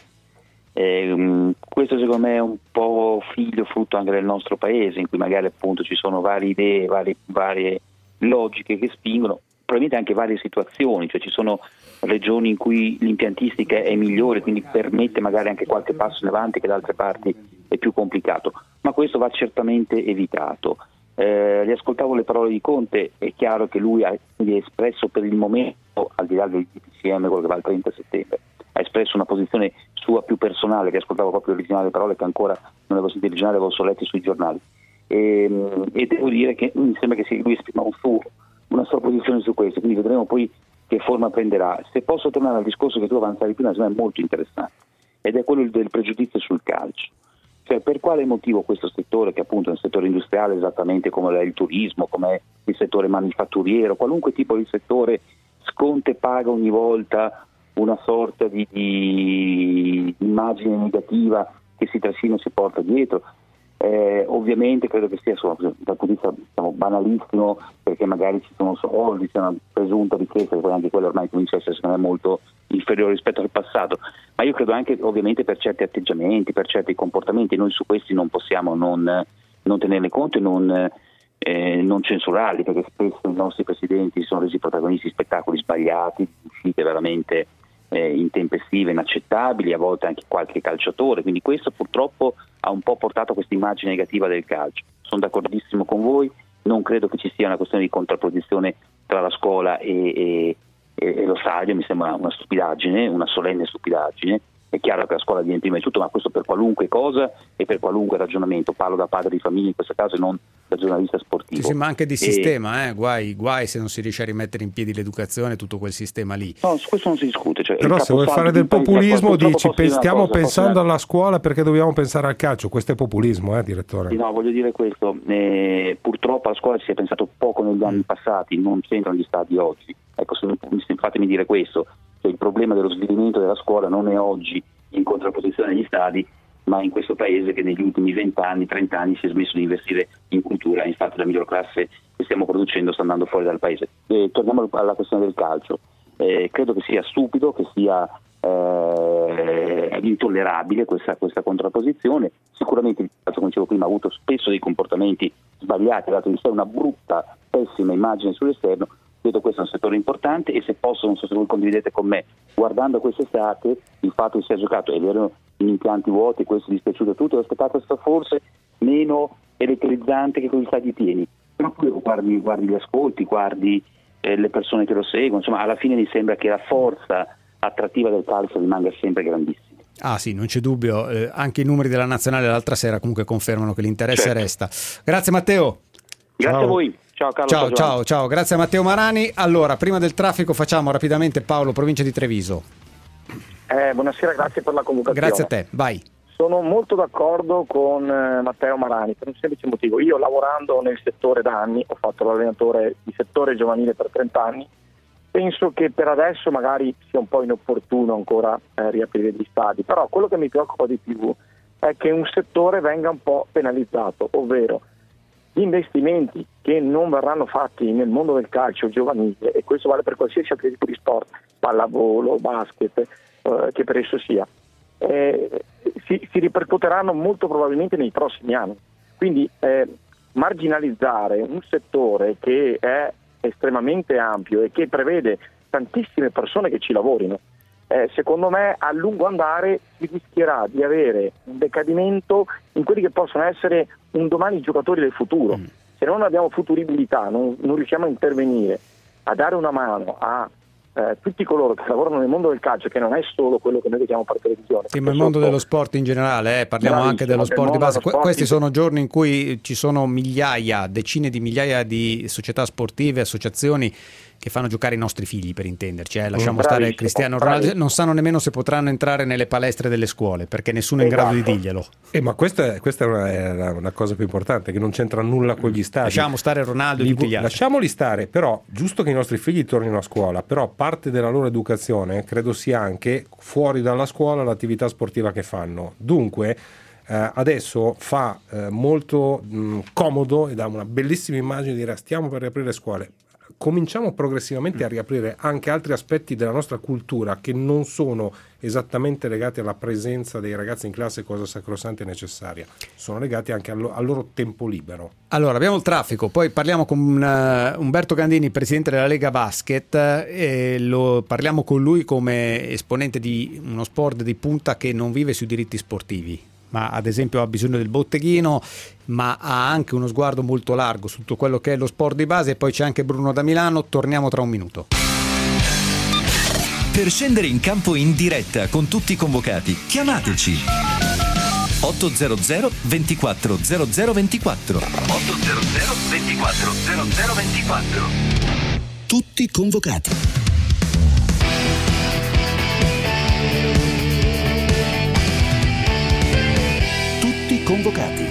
Questo secondo me è un po' frutto anche del nostro paese, in cui magari appunto ci sono varie idee, varie logiche che spingono, probabilmente anche varie situazioni, cioè ci sono regioni in cui l'impiantistica è migliore, quindi permette magari anche qualche passo in avanti che da altre parti è più complicato, ma questo va certamente evitato. Riascoltavo le parole di Conte, è chiaro che lui ha espresso per il momento, al di là del DPCM, quello che va il 30 settembre, ha espresso una posizione sua più personale, che ascoltavo proprio l'originale parole che ancora non avevo sentito originale, avevo solo letto sui giornali, e devo dire che mi sembra che lui esprima una sua posizione su questo, quindi vedremo poi che forma prenderà. Se posso tornare al discorso che tu avanzavi prima, secondo me è molto interessante, ed è quello del pregiudizio sul calcio. Cioè, per quale motivo questo settore, che appunto è un settore industriale esattamente come è il turismo, come è il settore manifatturiero, qualunque tipo di settore, sconta e paga ogni volta una sorta di immagine negativa che si trascina e si porta dietro? Ovviamente credo che sia dal punto di vista banalissimo, perché magari ci sono soldi, c'è una presunta richiesta, che poi anche quella ormai comincia a essere secondo me molto inferiore rispetto al passato, ma io credo anche ovviamente per certi atteggiamenti, per certi comportamenti, noi su questi non possiamo non tenerne conto e non censurarli, perché spesso i nostri presidenti si sono resi protagonisti di spettacoli sbagliati, uscite veramente intempestive, inaccettabili, a volte anche qualche calciatore, quindi questo purtroppo ha un po' portato a questa immagine negativa del calcio. Sono d'accordissimo con voi, non credo che ci sia una questione di contrapposizione tra la scuola e lo stadio, mi sembra una stupidaggine, una solenne stupidaggine. È chiaro che la scuola viene prima di tutto, ma questo per qualunque cosa e per qualunque ragionamento. Parlo da padre di famiglia in questo caso e non da giornalista sportivo. Sì, ma anche di sistema, guai se non si riesce a rimettere in piedi l'educazione, tutto quel sistema lì. No, su questo non si discute. Però se vuoi fare del populismo dici stiamo pensando alla scuola perché dobbiamo pensare al calcio. Questo è populismo, direttore? No, voglio dire questo. Purtroppo alla scuola si è pensato poco negli anni passati, non c'entrano gli stadi oggi. Ecco, fatemi dire questo. Il problema dello svilimento della scuola non è oggi in contrapposizione agli stadi, ma in questo paese che negli ultimi 20 anni, 30 anni si è smesso di investire in cultura. Infatti la miglior classe che stiamo producendo sta andando fuori dal paese. Torniamo alla questione del calcio. Credo che sia stupido, che sia intollerabile questa contrapposizione. Sicuramente il calcio, come dicevo prima, ha avuto spesso dei comportamenti sbagliati, ha dato di sé una brutta, pessima immagine sull'esterno. Vedo questo è un settore importante e se posso, non so se voi condividete con me, guardando quest'estate il fatto che si è giocato, è vero, in impianti vuoti, questo è dispiaciuto a tutti, lo spettacolo è stato forse meno elettrizzante che con gli stadi pieni, però poi guardi gli ascolti, guardi le persone che lo seguono, insomma alla fine mi sembra che la forza attrattiva del calcio rimanga sempre grandissima. Ah sì, non c'è dubbio, anche i numeri della nazionale l'altra sera comunque confermano che l'interesse resta. Grazie Matteo. Grazie a voi. Ciao Carlo. Ciao, grazie a Matteo Marani. Allora, prima del traffico facciamo rapidamente Paolo, provincia di Treviso. Buonasera, grazie per la convocazione. Grazie a te, vai. Sono molto d'accordo con Matteo Marani per un semplice motivo. Io lavorando nel settore da anni, ho fatto l'allenatore di settore giovanile per 30 anni, penso che per adesso magari sia un po' inopportuno ancora riaprire gli stadi, però quello che mi preoccupa di più è che un settore venga un po' penalizzato, ovvero gli investimenti che non verranno fatti nel mondo del calcio giovanile, e questo vale per qualsiasi altro tipo di sport, pallavolo, basket, che per esso sia, si ripercuoteranno molto probabilmente nei prossimi anni. Quindi marginalizzare un settore che è estremamente ampio e che prevede tantissime persone che ci lavorino, secondo me a lungo andare si rischierà di avere un decadimento in quelli che possono essere un domani i giocatori del futuro. Se non abbiamo futuribilità, non riusciamo a intervenire, a dare una mano a tutti coloro che lavorano nel mondo del calcio, che non è solo quello che noi vediamo per televisione. Sì, ma il mondo dello sport in generale, parliamo anche dello sport di base. Questi sono giorni in cui ci sono decine di migliaia di società sportive, associazioni che fanno giocare i nostri figli, per intenderci. Lasciamo stare Cristiano Ronaldo, non sanno nemmeno se potranno entrare nelle palestre delle scuole, perché nessuno è in grado di dirglielo. Ma questa è una cosa più importante, che non c'entra nulla con gli stadi. Lasciamo stare Ronaldo e tutti gli altri. Lasciamoli stare, però giusto che i nostri figli tornino a scuola, però parte della loro educazione credo sia anche fuori dalla scuola l'attività sportiva che fanno. Dunque adesso fa molto comodo e dà una bellissima immagine di dire stiamo per riaprire le scuole. Cominciamo progressivamente a riaprire anche altri aspetti della nostra cultura che non sono esattamente legati alla presenza dei ragazzi in classe, cosa sacrosanta e necessaria, sono legati anche al loro tempo libero. Allora, abbiamo il traffico, poi parliamo con Umberto Gandini, presidente della Lega Basket, e parliamo con lui come esponente di uno sport di punta che non vive sui diritti sportivi, ma ad esempio ha bisogno del botteghino, ma ha anche uno sguardo molto largo su tutto quello che è lo sport di base. E poi c'è anche Bruno da Milano, torniamo tra un minuto. Per scendere in campo in diretta con tutti i convocati, chiamateci 800 24 0024 800 24 0024. Tutti convocati. Convocati.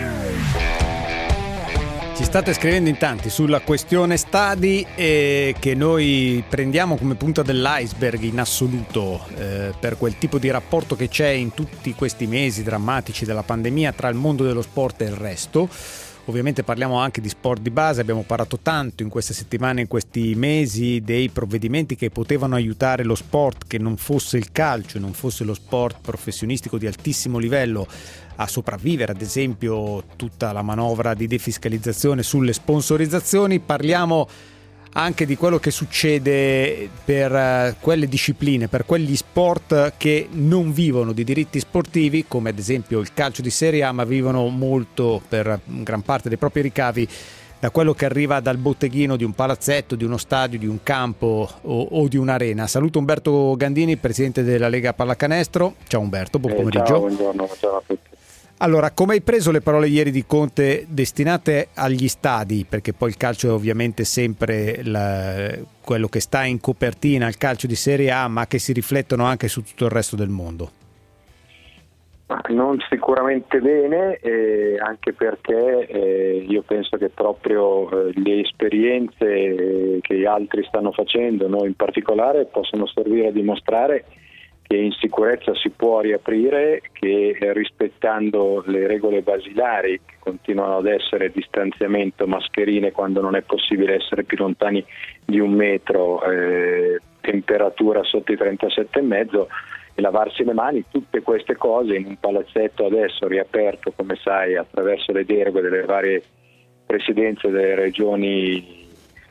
Ci state scrivendo in tanti sulla questione stadi, che noi prendiamo come punta dell'iceberg in assoluto per quel tipo di rapporto che c'è in tutti questi mesi drammatici della pandemia tra il mondo dello sport e il resto. Ovviamente parliamo anche di sport di base, abbiamo parlato tanto in queste settimane, in questi mesi, dei provvedimenti che potevano aiutare lo sport, che non fosse il calcio, non fosse lo sport professionistico di altissimo livello, a sopravvivere, ad esempio tutta la manovra di defiscalizzazione sulle sponsorizzazioni. Parliamo anche di quello che succede per quelle discipline, per quegli sport che non vivono di diritti sportivi, come ad esempio il calcio di Serie A, ma vivono molto, per gran parte dei propri ricavi, da quello che arriva dal botteghino di un palazzetto, di uno stadio, di un campo o di un'arena. Saluto Umberto Gandini, presidente della Lega Pallacanestro. Ciao Umberto, buon pomeriggio. Ciao, buongiorno, ciao a tutti. Allora, come hai preso le parole ieri di Conte destinate agli stadi, perché poi il calcio è ovviamente sempre quello che sta in copertina, il calcio di Serie A, ma che si riflettono anche su tutto il resto del mondo? Non sicuramente bene, anche perché io penso che proprio le esperienze che gli altri stanno facendo, noi in particolare, possono servire a dimostrare che in sicurezza si può riaprire, che rispettando le regole basilari che continuano ad essere distanziamento, mascherine quando non è possibile essere più lontani di 1 metro, temperatura sotto i 37,5 e lavarsi le mani, tutte queste cose in un palazzetto adesso riaperto, come sai, attraverso le deroghe delle varie presidenze delle regioni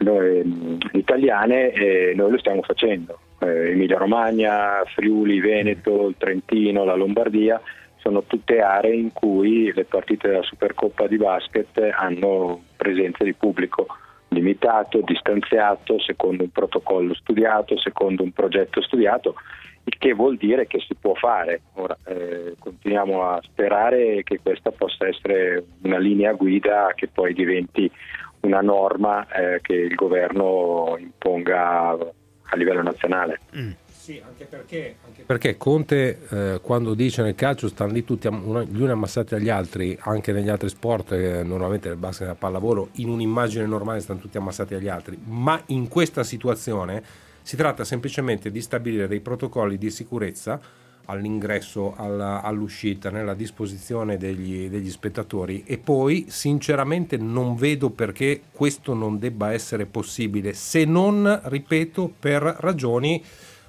italiane, noi lo stiamo facendo. Emilia Romagna, Friuli, Veneto, il Trentino, la Lombardia sono tutte aree in cui le partite della Supercoppa di basket hanno presenza di pubblico limitato, distanziato, secondo un protocollo studiato, secondo un progetto studiato, il che vuol dire che si può fare. Ora continuiamo a sperare che questa possa essere una linea guida che poi diventi una norma che il governo imponga a livello nazionale. Sì, anche perché Conte quando dice nel calcio stanno lì tutti gli uni ammassati agli altri, anche negli altri sport, normalmente nel basket e nel pallavolo in un'immagine normale stanno tutti ammassati agli altri, ma in questa situazione si tratta semplicemente di stabilire dei protocolli di sicurezza all'ingresso, all'uscita, nella disposizione degli spettatori, e poi sinceramente non vedo perché questo non debba essere possibile, se non, ripeto, per ragioni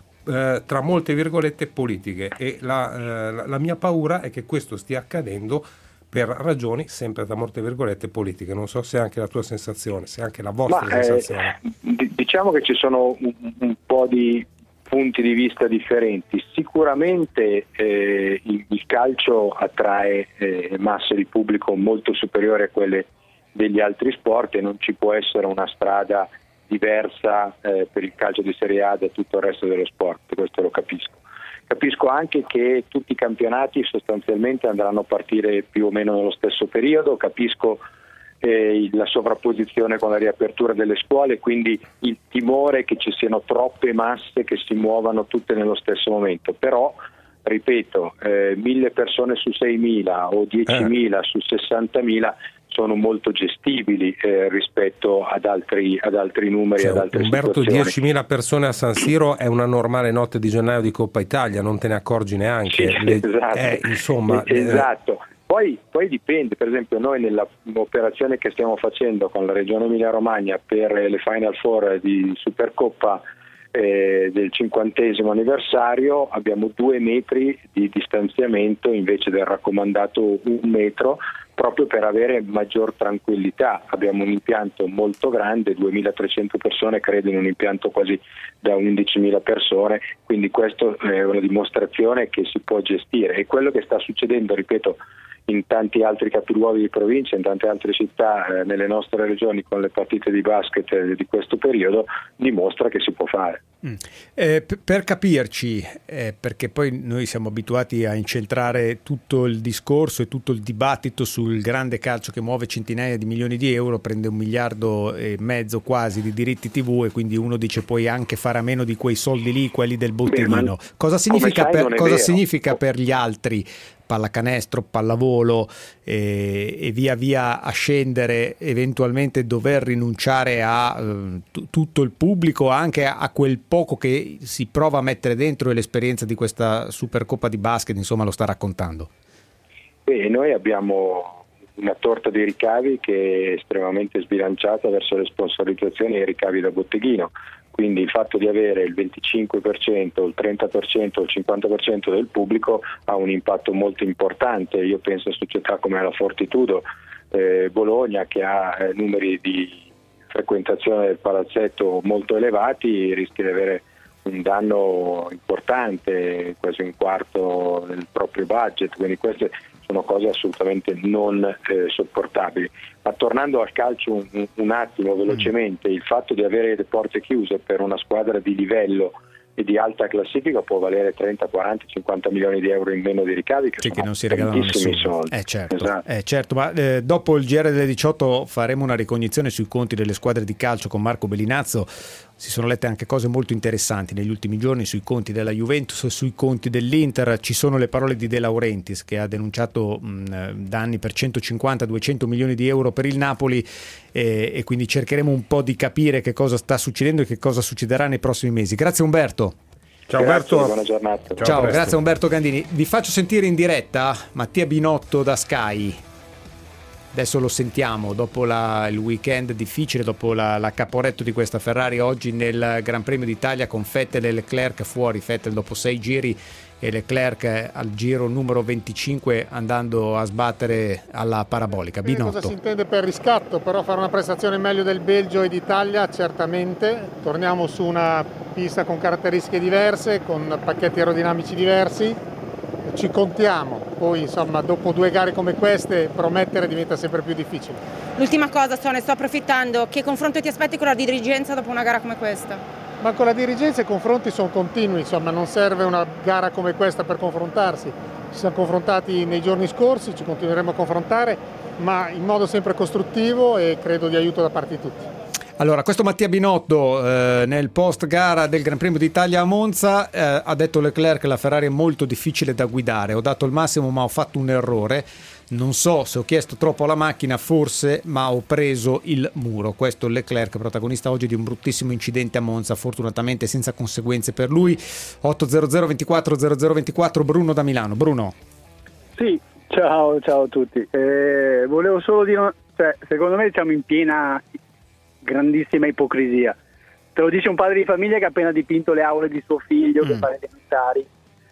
tra molte virgolette politiche, e la mia paura è che questo stia accadendo per ragioni sempre tra molte virgolette politiche. Non so se è anche la tua sensazione, se è anche la vostra sensazione. Diciamo che ci sono un po' di punti di vista differenti. Sicuramente il calcio attrae masse di pubblico molto superiori a quelle degli altri sport e non ci può essere una strada diversa per il calcio di Serie A da tutto il resto dello sport, questo lo capisco. Capisco anche che tutti i campionati sostanzialmente andranno a partire più o meno nello stesso periodo, capisco la sovrapposizione con la riapertura delle scuole, quindi il timore che ci siano troppe masse che si muovano tutte nello stesso momento, però ripeto, 1.000 persone su 6.000 o 10.000 su 60.000 sono molto gestibili rispetto ad altri numeri, ad altre Umberto, situazioni. 10.000 persone a San Siro è una normale notte di gennaio di Coppa Italia, non te ne accorgi neanche. Esatto. Esatto. Poi dipende, per esempio noi nell'operazione che stiamo facendo con la Regione Emilia Romagna per le Final Four di Supercoppa del 50° anniversario abbiamo 2 metri di distanziamento invece del raccomandato 1 metro, proprio per avere maggior tranquillità. Abbiamo un impianto molto grande, 2.300 persone, credo in un impianto quasi da 11.000 persone, quindi questo è una dimostrazione che si può gestire, e quello che sta succedendo, ripeto, in tanti altri capoluoghi di provincia, in tante altre città nelle nostre regioni con le partite di basket di questo periodo dimostra che si può fare. Per capirci, perché poi noi siamo abituati a incentrare tutto il discorso e tutto il dibattito sul grande calcio che muove centinaia di milioni di euro, prende 1,5 miliardi quasi di diritti TV, e quindi uno dice puoi anche fare a meno di quei soldi lì, quelli del botteghino. Cosa significa per gli altri? Pallacanestro, pallavolo e via via a scendere, eventualmente dover rinunciare a tutto il pubblico, anche a quel poco che si prova a mettere dentro, e l'esperienza di questa Supercoppa di basket insomma lo sta raccontando. Noi abbiamo una torta di ricavi che è estremamente sbilanciata verso le sponsorizzazioni e i ricavi da botteghino. Quindi il fatto di avere il 25%, il 30% o il 50% del pubblico ha un impatto molto importante. Io penso a società come la Fortitudo Bologna, che ha numeri di frequentazione del palazzetto molto elevati, rischia di avere un danno importante, quasi 1/4 del proprio budget. Quindi queste sono cose assolutamente non sopportabili. Ma tornando al calcio un attimo velocemente, il fatto di avere le porte chiuse per una squadra di livello e di alta classifica può valere 30, 40, 50 milioni di euro in meno di ricavi, che non si regalano nessuno. Soldi. Certo, esatto. Certo, ma dopo il GR delle 18 faremo una ricognizione sui conti delle squadre di calcio con Marco Bellinazzo. Si sono lette anche cose molto interessanti negli ultimi giorni sui conti della Juventus, sui conti dell'Inter. Ci sono le parole di De Laurentiis, che ha denunciato danni per 150-200 milioni di euro per il Napoli, e quindi cercheremo un po' di capire che cosa sta succedendo e che cosa succederà nei prossimi mesi. Grazie Umberto. Ciao Umberto. Buona giornata. Ciao, grazie Umberto Gandini. Vi faccio sentire in diretta Mattia Binotto da Sky. Adesso lo sentiamo dopo il weekend difficile, dopo la Caporetto di questa Ferrari oggi nel Gran Premio d'Italia, con Vettel e Leclerc fuori, Vettel dopo 6 giri e Leclerc al giro numero 25 andando a sbattere alla parabolica. Binotto. Cosa si intende per riscatto? Però fare una prestazione meglio del Belgio e d'Italia certamente. Torniamo su una pista con caratteristiche diverse, con pacchetti aerodinamici diversi. Ci contiamo, poi insomma dopo 2 gare come queste promettere diventa sempre più difficile. L'ultima cosa, ne sto approfittando, che confronto ti aspetti con la dirigenza dopo una gara come questa? Ma con la dirigenza i confronti sono continui, insomma non serve una gara come questa per confrontarsi. Ci siamo confrontati nei giorni scorsi, ci continueremo a confrontare, ma in modo sempre costruttivo e credo di aiuto da parte di tutti. Allora, questo Mattia Binotto nel post gara del Gran Premio d'Italia a Monza ha detto Leclerc che la Ferrari è molto difficile da guidare, ho dato il massimo ma ho fatto un errore, non so se ho chiesto troppo alla macchina forse, ma ho preso il muro. Questo Leclerc, protagonista oggi di un bruttissimo incidente a Monza, fortunatamente senza conseguenze per lui. 800 24 0024, Bruno da Milano. Bruno. Sì, ciao a tutti. Volevo solo dire, secondo me siamo in piena grandissima ipocrisia. Te lo dice un padre di famiglia che ha appena dipinto le aule di suo figlio che fa le elementari,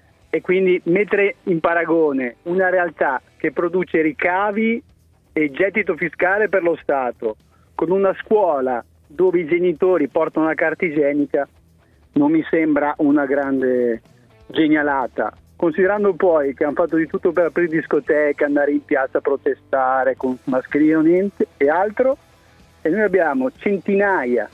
e quindi mettere in paragone una realtà che produce ricavi e gettito fiscale per lo Stato con una scuola dove i genitori portano la carta igienica non mi sembra una grande genialata, considerando poi che hanno fatto di tutto per aprire discoteche, andare in piazza a protestare con mascherine niente e altro. E noi abbiamo centinaia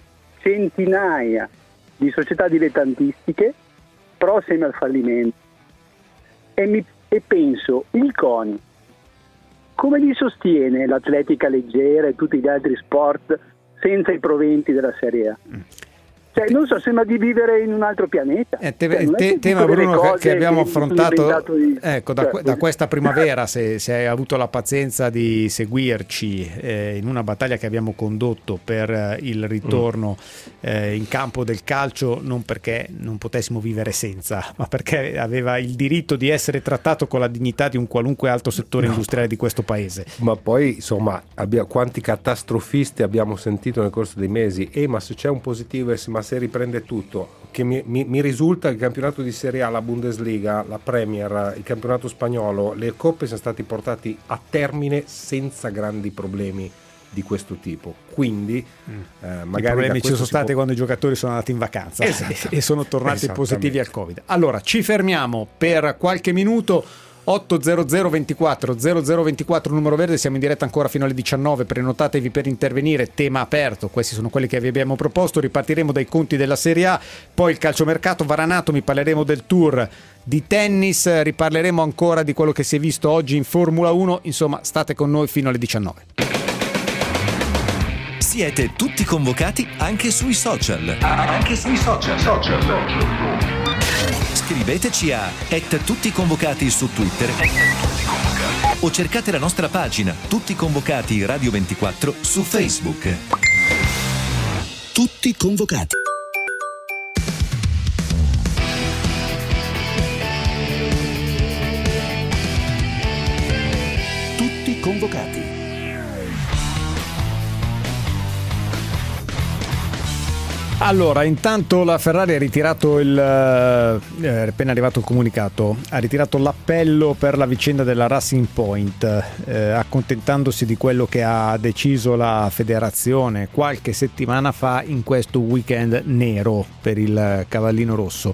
di società dilettantistiche prossime al fallimento. E penso, il CONI come li sostiene l'atletica leggera e tutti gli altri sport senza i proventi della Serie A? Non so, sembra di vivere in un altro pianeta. Tema Bruno che abbiamo affrontato da questa primavera, se hai avuto la pazienza di seguirci in una battaglia che abbiamo condotto per il ritorno in campo del calcio, non perché non potessimo vivere senza, ma perché aveva il diritto di essere trattato con la dignità di un qualunque altro settore industriale di questo paese. Ma poi insomma quanti catastrofisti abbiamo sentito nel corso dei mesi, ma se c'è un positivo ma se riprende tutto, che mi risulta il campionato di Serie A, la Bundesliga, la Premier, il campionato spagnolo, le coppe sono stati portati a termine senza grandi problemi di questo tipo, quindi magari i problemi ci sono stati quando i giocatori sono andati in vacanza e sono tornati positivi al Covid. Allora ci fermiamo per qualche minuto. 800 24 0024 numero verde, siamo in diretta ancora fino alle 19, prenotatevi per intervenire, tema aperto, questi sono quelli che vi abbiamo proposto. Ripartiremo dai conti della Serie A, poi il calciomercato varanato, mi parleremo del tour di tennis, riparleremo ancora di quello che si è visto oggi in Formula 1, insomma state con noi fino alle 19. Siete tutti convocati anche sui social. Scriveteci a @tutticonvocati su Twitter o cercate la nostra pagina Tutti Convocati Radio 24 su Facebook. Tutti convocati. Tutti convocati. Allora, intanto la Ferrari ha ritirato appena arrivato il comunicato, ha ritirato l'appello per la vicenda della Racing Point, accontentandosi di quello che ha deciso la federazione qualche settimana fa in questo weekend nero per il cavallino rosso.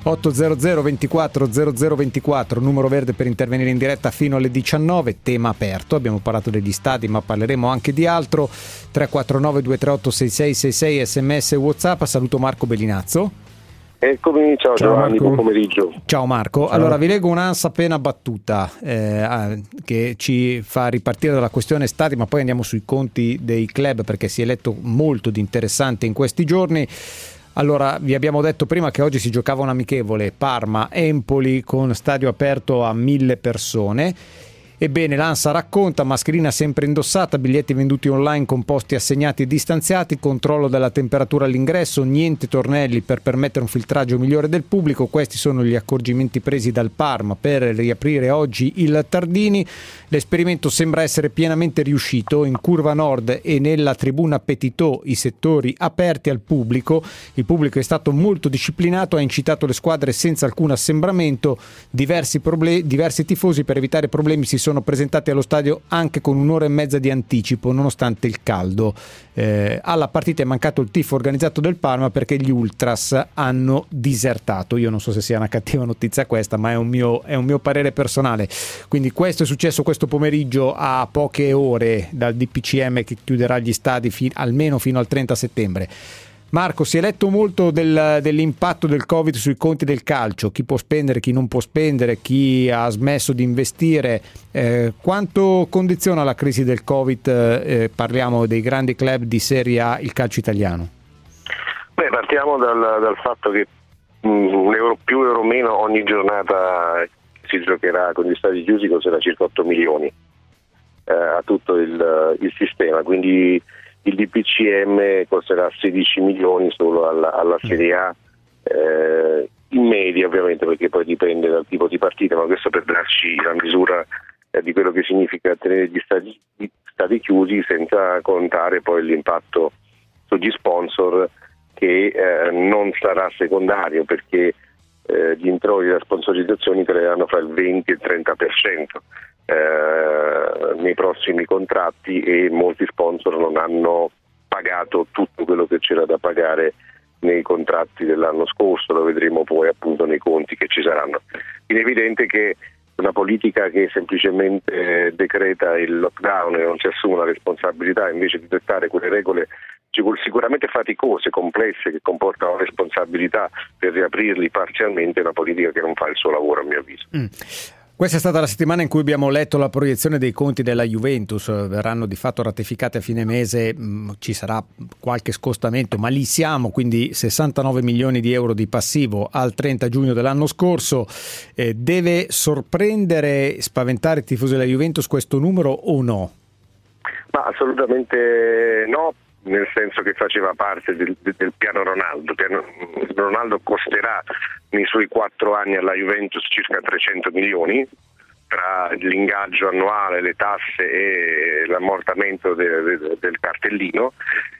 800 24 0024, numero verde per intervenire in diretta fino alle 19, tema aperto, abbiamo parlato degli stadi ma parleremo anche di altro. 349 238 6666, sms e WhatsApp. Saluto Marco Bellinazzo. Eccomi, ciao Giovanni, buon pomeriggio. Ciao Marco, Ciao. Allora vi leggo un'ansa appena battuta che ci fa ripartire dalla questione stadi, ma poi andiamo sui conti dei club perché si è letto molto di interessante in questi giorni. Allora, vi abbiamo detto prima che oggi si giocava un amichevole Parma-Empoli con stadio aperto a 1000 persone. Ebbene, l'ANSA racconta: mascherina sempre indossata, biglietti venduti online con posti assegnati e distanziati, controllo della temperatura all'ingresso, niente tornelli per permettere un filtraggio migliore del pubblico. Questi sono gli accorgimenti presi dal Parma per riaprire oggi il Tardini. L'esperimento sembra essere pienamente riuscito. In curva nord e nella tribuna Petitot i settori aperti al pubblico. Il pubblico è stato molto disciplinato, ha incitato le squadre senza alcun assembramento. Diversi tifosi, per evitare problemi, si sono presentati allo stadio anche con un'ora e mezza di anticipo, nonostante il caldo. Alla partita è mancato il tifo organizzato del Parma perché gli ultras hanno disertato. Io non so se sia una cattiva notizia questa, ma è un mio parere personale. Quindi questo è successo questo pomeriggio a poche ore dal DPCM che chiuderà gli stadi almeno fino al 30 settembre. Marco, si è letto molto dell'impatto del Covid sui conti del calcio, chi può spendere, chi non può spendere, chi ha smesso di investire. Quanto condiziona la crisi del Covid, parliamo dei grandi club di Serie A, il calcio italiano? Beh, partiamo dal fatto che un euro più, euro meno, ogni giornata si giocherà con gli stadi chiusi costerà circa 8 milioni a tutto il sistema, quindi il DPCM costerà 16 milioni solo alla Serie A, in media ovviamente, perché poi dipende dal tipo di partita, ma questo per darci la misura di quello che significa tenere gli stadi chiusi, senza contare poi l'impatto sugli sponsor che non sarà secondario, perché gli introiti da sponsorizzazioni creeranno fra il 20 e il 30% nei prossimi contratti, e molti sponsor non hanno pagato tutto quello che c'era da pagare nei contratti dell'anno scorso, lo vedremo poi appunto nei conti che ci saranno. È evidente che una politica che semplicemente decreta il lockdown e non si assume la responsabilità invece di dettare quelle regole sicuramente faticose, complesse, che comportano responsabilità per riaprirli parzialmente, è una politica che non fa il suo lavoro, a mio avviso. Questa è stata la settimana in cui abbiamo letto la proiezione dei conti della Juventus, verranno di fatto ratificate a fine mese, ci sarà qualche scostamento, ma lì siamo, quindi 69 milioni di euro di passivo al 30 giugno dell'anno scorso. Deve sorprendere, spaventare i tifosi della Juventus questo numero o no? Ma assolutamente no, nel senso che faceva parte del piano Ronaldo. Ronaldo costerà nei suoi 4 anni alla Juventus circa 300 milioni tra l'ingaggio annuale, le tasse e l'ammortamento del cartellino.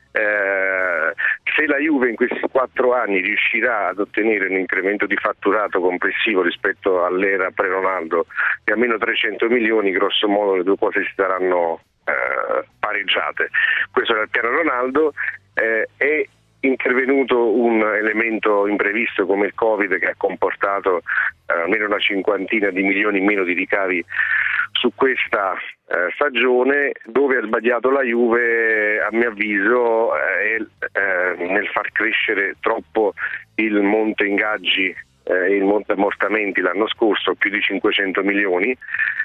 Se la Juve in questi 4 anni riuscirà ad ottenere un incremento di fatturato complessivo rispetto all'era pre-Ronaldo di almeno 300 milioni, grosso modo le due cose si saranno pareggiate. Questo era il piano Ronaldo. È intervenuto un elemento imprevisto come il Covid, che ha comportato almeno una cinquantina di milioni in meno di ricavi su questa stagione. Dove ha sbagliato la Juve, a mio avviso, è nel far crescere troppo il monte ingaggi e il monte ammortamenti l'anno scorso, più di 500 milioni,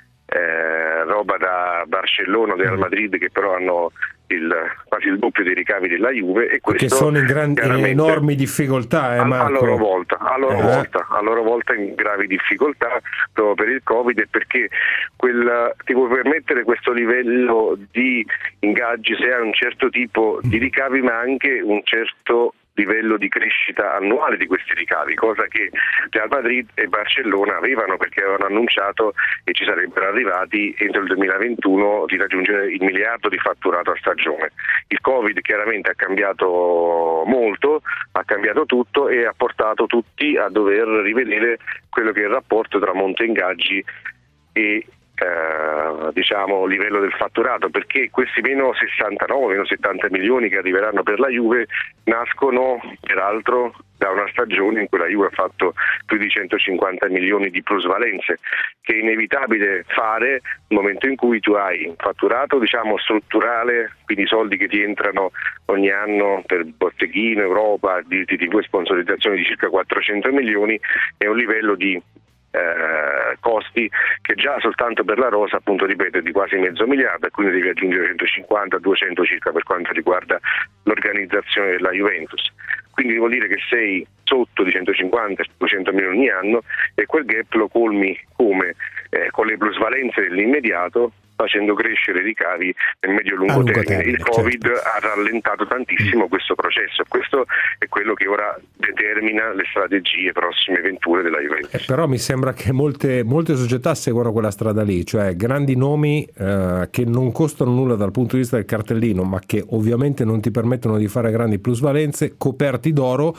roba da Barcellona, Real Madrid, che però hanno quasi il doppio dei ricavi della Juve, e questo che sono in enormi difficoltà, Marco. A loro volta in gravi difficoltà proprio per il Covid, e perché ti può permettere questo livello di ingaggi se hai un certo tipo di ricavi, ma anche un certo livello di crescita annuale di questi ricavi, cosa che Real Madrid e Barcellona avevano, perché avevano annunciato e ci sarebbero arrivati entro il 2021 di raggiungere il miliardo di fatturato a stagione. Il Covid chiaramente ha cambiato molto, ha cambiato tutto e ha portato tutti a dover rivedere quello che è il rapporto tra monte ingaggi e diciamo livello del fatturato, perché questi meno 69, meno 70 milioni che arriveranno per la Juve nascono peraltro da una stagione in cui la Juve ha fatto più di 150 milioni di plusvalenze, che è inevitabile fare nel momento in cui tu hai un fatturato, diciamo, strutturale, quindi soldi che ti entrano ogni anno per botteghino, Europa, diritti TV e sponsorizzazione di circa 400 milioni e un livello di costi che già soltanto per la rosa, appunto ripeto, è di quasi mezzo miliardo, e quindi devi aggiungere 150-200 circa per quanto riguarda l'organizzazione della Juventus. Quindi vuol dire che sei sotto di 150-200 milioni ogni anno, e quel gap lo colmi come con le plusvalenze dell'immediato, facendo crescere i ricavi nel medio e lungo termine. Il Covid ha rallentato tantissimo questo processo, e questo è quello che ora determina le strategie prossime venture della Juventus. Però mi sembra che molte società seguono quella strada lì, cioè grandi nomi che non costano nulla dal punto di vista del cartellino, ma che ovviamente non ti permettono di fare grandi plusvalenze, coperti d'oro.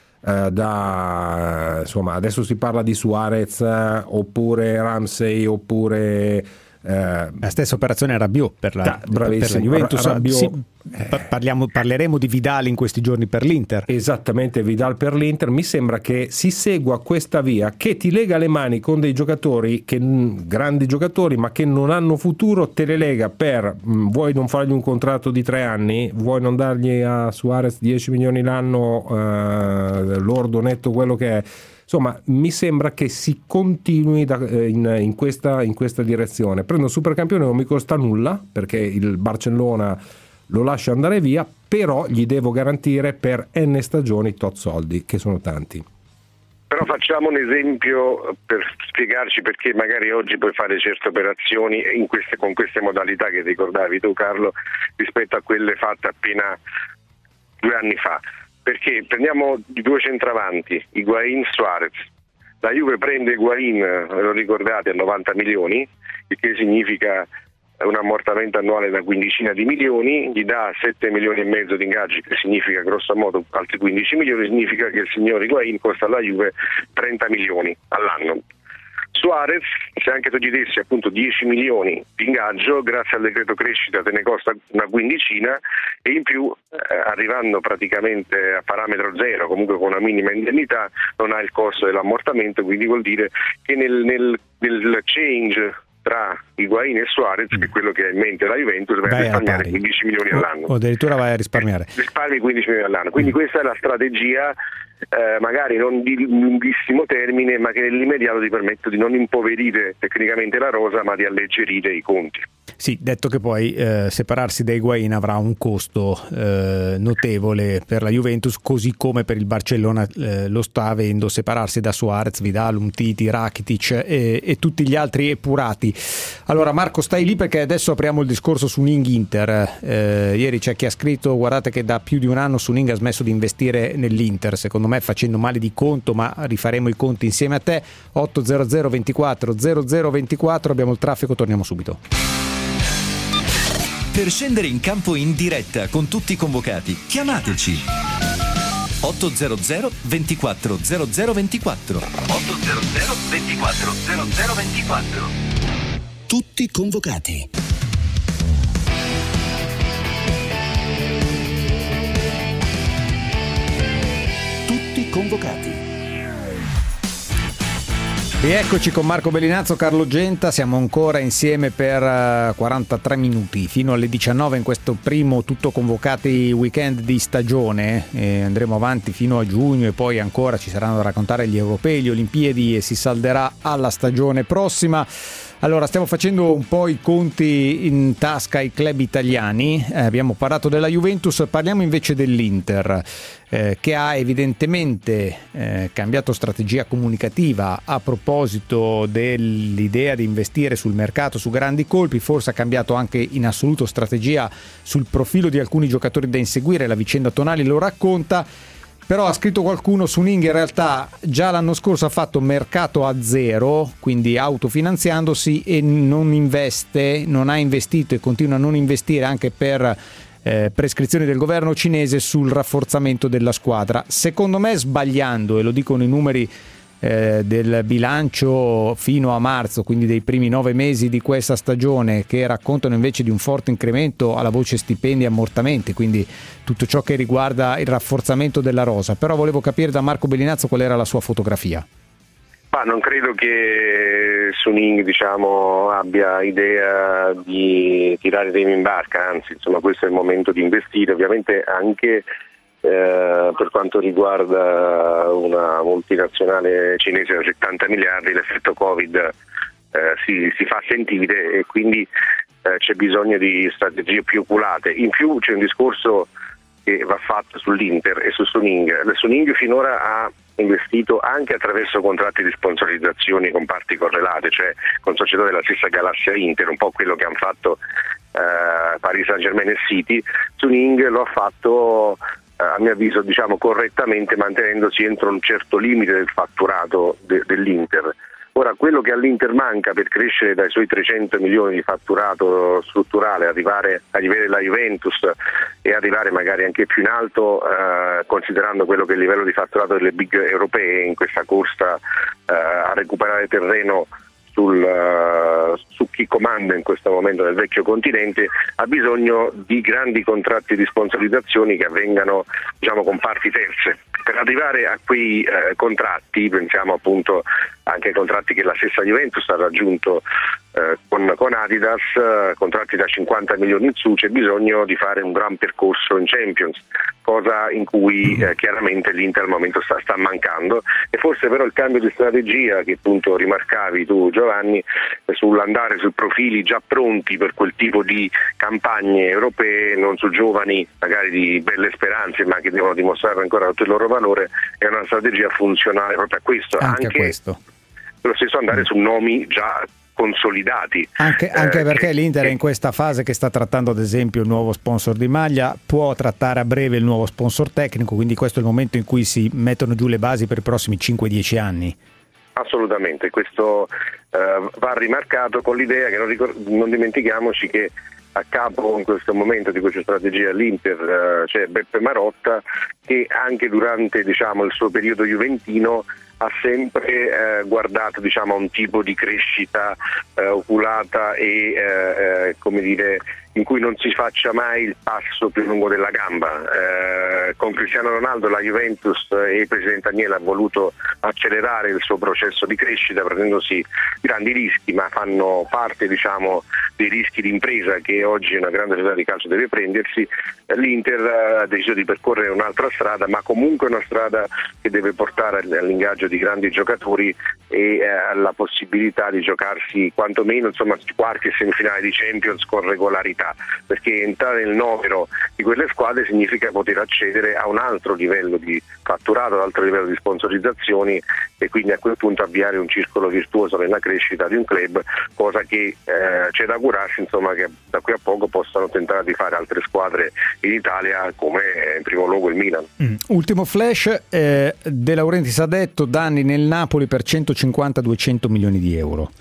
Insomma, adesso si parla di Suarez oppure Ramsey oppure la stessa operazione Rabiot per la Juventus. Parleremo di Vidal in questi giorni per l'Inter. Esattamente, Vidal per l'Inter. Mi sembra che si segua questa via che ti lega le mani con dei giocatori, grandi giocatori, ma che non hanno futuro. Te le lega per vuoi non fargli un contratto di 3 anni, vuoi non dargli a Suarez 10 milioni l'anno lordo netto, quello che è. Insomma, mi sembra che si continui in questa direzione. Prendo il supercampione, non mi costa nulla, perché il Barcellona lo lascio andare via, però gli devo garantire per N stagioni tot soldi, che sono tanti. Però facciamo un esempio per spiegarci perché magari oggi puoi fare certe operazioni con queste modalità che ricordavi tu, Carlo, rispetto a quelle fatte appena 2 anni fa. Perché prendiamo i 2 centravanti, Higuaín, Suarez. La Juve prende Higuaín, lo ricordate, a 90 milioni, il che significa un ammortamento annuale da 15 di milioni, gli dà 7 milioni e mezzo di ingaggi, che significa grosso modo altri 15 milioni, significa che il signor Higuaín costa alla Juve 30 milioni all'anno. Suarez, se anche tu gli dessi appunto 10 milioni di ingaggio, grazie al decreto crescita te ne costa una quindicina, e in più arrivando praticamente a parametro zero, comunque con una minima indennità, non ha il costo dell'ammortamento, quindi vuol dire che nel change tra Higuaín e Suarez, che è quello che ha in mente la Juventus, vai a risparmiare 15 milioni all'anno. O addirittura vai a risparmiare. Risparmi 15 milioni all'anno. Quindi questa è la strategia, magari non di lunghissimo termine, ma che nell'immediato ti permette di non impoverire tecnicamente la rosa, ma di alleggerire i conti. Sì, detto che poi separarsi da Higuaín avrà un costo notevole per la Juventus, così come per il Barcellona lo sta avendo separarsi da Suarez, Vidal, Umtiti, Rakitic e tutti gli altri epurati. Allora Marco, stai lì perché adesso apriamo il discorso su Ning-Inter. Ieri c'è chi ha scritto: guardate che da più di un anno Suning ha smesso di investire nell'Inter, secondo me facendo male di conto, ma rifaremo i conti insieme a te. 800 24 0024, abbiamo il traffico, torniamo subito. Per scendere in campo in diretta con tutti i convocati, chiamateci 800 24 0024. 800 24 0024. Tutti convocati. Tutti convocati. Rieccoci con Marco Bellinazzo, Carlo Genta, siamo ancora insieme per 43 minuti fino alle 19 in questo primo tutto convocati weekend di stagione, andremo avanti fino a giugno e poi ancora ci saranno da raccontare gli europei, le Olimpiadi, e si salderà alla stagione prossima. Allora, stiamo facendo un po' i conti in tasca ai club italiani, abbiamo parlato della Juventus, parliamo invece dell'Inter, che ha evidentemente cambiato strategia comunicativa a proposito dell'idea di investire sul mercato su grandi colpi, forse ha cambiato anche in assoluto strategia sul profilo di alcuni giocatori da inseguire, la vicenda Tonali lo racconta. Però ha scritto qualcuno, Suning in realtà già l'anno scorso ha fatto mercato a zero, quindi autofinanziandosi, e non ha investito e continua a non investire anche per prescrizioni del governo cinese sul rafforzamento della squadra. Secondo me sbagliando, e lo dicono i numeri del bilancio fino a marzo, quindi dei primi 9 mesi di questa stagione, che raccontano invece di un forte incremento alla voce stipendi e ammortamenti, quindi tutto ciò che riguarda il rafforzamento della rosa. Però volevo capire da Marco Bellinazzo qual era la sua fotografia. Ma non credo che Suning, abbia idea di tirare i temi in barca, anzi, questo è il momento di investire, ovviamente anche per quanto riguarda una multinazionale cinese da 70 miliardi, l'effetto Covid si fa sentire e quindi c'è bisogno di strategie più oculate. In più c'è un discorso che va fatto sull'Inter e su Suning. Suning finora ha investito anche attraverso contratti di sponsorizzazioni con parti correlate, cioè con società della stessa galassia Inter, un po' quello che hanno fatto Paris Saint-Germain e City. Suning lo ha fatto a mio avviso correttamente, mantenendosi entro un certo limite del fatturato dell'Inter. Ora, quello che all'Inter manca per crescere dai suoi 300 milioni di fatturato strutturale, arrivare a livello della Juventus e arrivare magari anche più in alto, considerando quello che è il livello di fatturato delle big europee in questa corsa a recuperare terreno su chi comanda in questo momento nel vecchio continente, ha bisogno di grandi contratti di sponsorizzazioni che avvengano con parti terze. Per arrivare a quei contratti, pensiamo appunto anche ai contratti che la stessa Juventus ha raggiunto con Adidas, contratti da 50 milioni in su, c'è bisogno di fare un gran percorso in Champions, cosa in cui chiaramente l'Inter al momento sta mancando, e forse però il cambio di strategia che appunto rimarcavi tu, Giovanni, sull'andare su profili già pronti per quel tipo di campagne europee, non su giovani magari di belle speranze ma che devono dimostrare ancora tutto il loro valore, è una strategia funzionale proprio a questo. Anche a questo. Lo stesso andare su nomi già consolidati. Anche perché l'Inter è in questa fase che sta trattando ad esempio il nuovo sponsor di maglia, può trattare a breve il nuovo sponsor tecnico, quindi questo è il momento in cui si mettono giù le basi per i prossimi 5-10 anni. Assolutamente, questo va rimarcato con l'idea che non dimentichiamoci che a capo in questo momento di questa strategia l'Inter c'è Beppe Marotta, che anche durante il suo periodo juventino ha sempre guardato a un tipo di crescita oculata e in cui non si faccia mai il passo più lungo della gamba. Con Cristiano Ronaldo la Juventus e il presidente Agnelli ha voluto accelerare il suo processo di crescita prendendosi grandi rischi, ma fanno parte dei rischi di impresa che oggi una grande società di calcio deve prendersi. L'Inter ha deciso di percorrere un'altra strada, ma comunque una strada che deve portare all'ingaggio di grandi giocatori e alla possibilità di giocarsi quantomeno quarti e semifinali di Champions con regolarità, perché entrare nel novero di quelle squadre significa poter accedere a un altro livello di fatturato, un altro livello di sponsorizzazioni, e quindi a quel punto avviare un circolo virtuoso nella crescita di un club, cosa che c'è da augurarsi che da qui a poco possano tentare di fare altre squadre in Italia, come in primo luogo il Milan. Ultimo flash, De Laurentiis ha detto danni nel Napoli per 150-200 milioni di euro.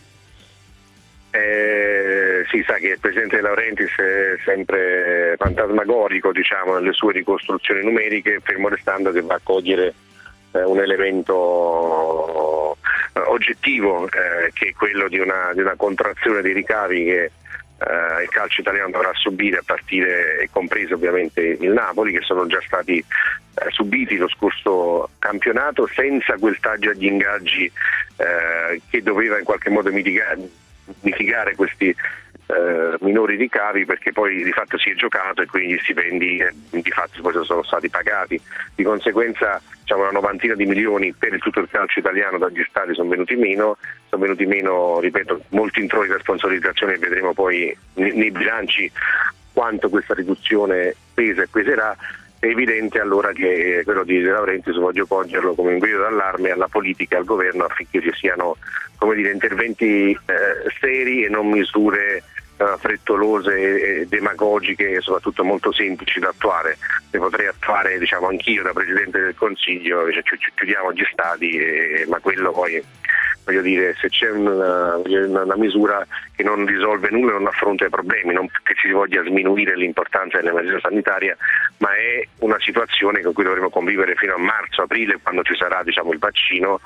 Si sa che il presidente De Laurentiis è sempre fantasmagorico nelle sue ricostruzioni numeriche, fermo restando che va a cogliere un elemento oggettivo che è quello di una contrazione dei ricavi che il calcio italiano dovrà subire, a partire e compreso ovviamente il Napoli, che sono già stati subiti lo scorso campionato senza quel taglio agli ingaggi che doveva in qualche modo mitigare questi minori ricavi, perché poi di fatto si è giocato e quindi gli stipendi di fatto poi sono stati pagati. Di conseguenza una novantina di milioni per tutto il calcio italiano dagli stadi sono venuti meno, ripeto, molti introiti per sponsorizzazione, e vedremo poi nei bilanci quanto questa riduzione pesa e peserà. È evidente allora che quello di De Laurentiis voglio coglierlo come un grido d'allarme alla politica e al governo affinché ci siano interventi seri e non misure frettolose e demagogiche e soprattutto molto semplici da attuare. Le potrei attuare anch'io da Presidente del Consiglio, chiudiamo gli stadi, ma quello poi se c'è una misura che non risolve nulla, non affronta i problemi, non che si voglia sminuire l'importanza dell'emergenza sanitaria, ma è una situazione con cui dovremo convivere fino a marzo-aprile, quando ci sarà il vaccino,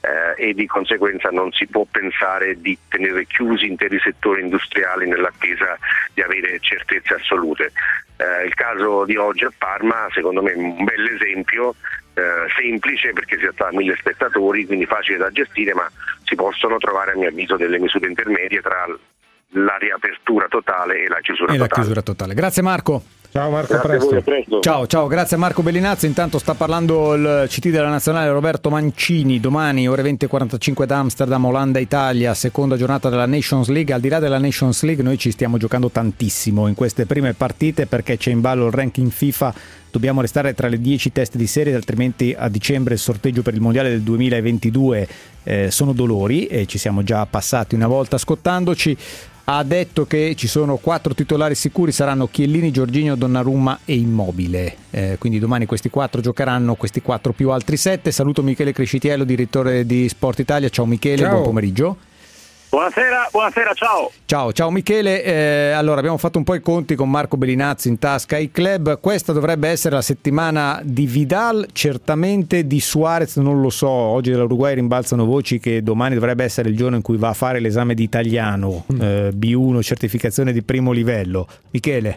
e di conseguenza non si può pensare di tenere chiusi interi settori industriali nell'attesa di avere certezze assolute. Il caso di oggi a Parma secondo me è un bel esempio, semplice perché si tratta di 1000 spettatori, quindi facile da gestire, ma si possono trovare a mio avviso delle misure intermedie tra la riapertura totale e la chiusura totale. Grazie Marco. Ciao Marco, presto. Ciao, grazie a Marco Bellinazzo. Intanto sta parlando il CT della Nazionale Roberto Mancini. Domani ore 20:45 ad Amsterdam, Olanda-Italia, seconda giornata della Nations League. Al di là della Nations League noi ci stiamo giocando tantissimo in queste prime partite perché c'è in ballo il ranking FIFA. Dobbiamo restare tra le 10 teste di serie, altrimenti a dicembre il sorteggio per il Mondiale del 2022 sono dolori e ci siamo già passati una volta scottandoci. Ha detto che ci sono 4 titolari sicuri, saranno Chiellini, Jorginho, Donnarumma e Immobile. Quindi domani questi 4 giocheranno, questi 4 più altri 7. Saluto Michele Crescitiello, direttore di Sport Italia. Ciao Michele, ciao. Buon pomeriggio. Buonasera, ciao. Ciao Michele, allora abbiamo fatto un po' i conti con Marco Bellinazzi in tasca ai club. Questa dovrebbe essere la settimana di Vidal, certamente di Suarez non lo so. Oggi dall'Uruguay rimbalzano voci che domani dovrebbe essere il giorno in cui va a fare l'esame di italiano, B1, certificazione di primo livello. Michele?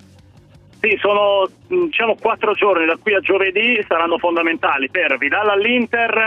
Sì, sono 4 giorni da qui a giovedì, saranno fondamentali per Vidal all'Inter,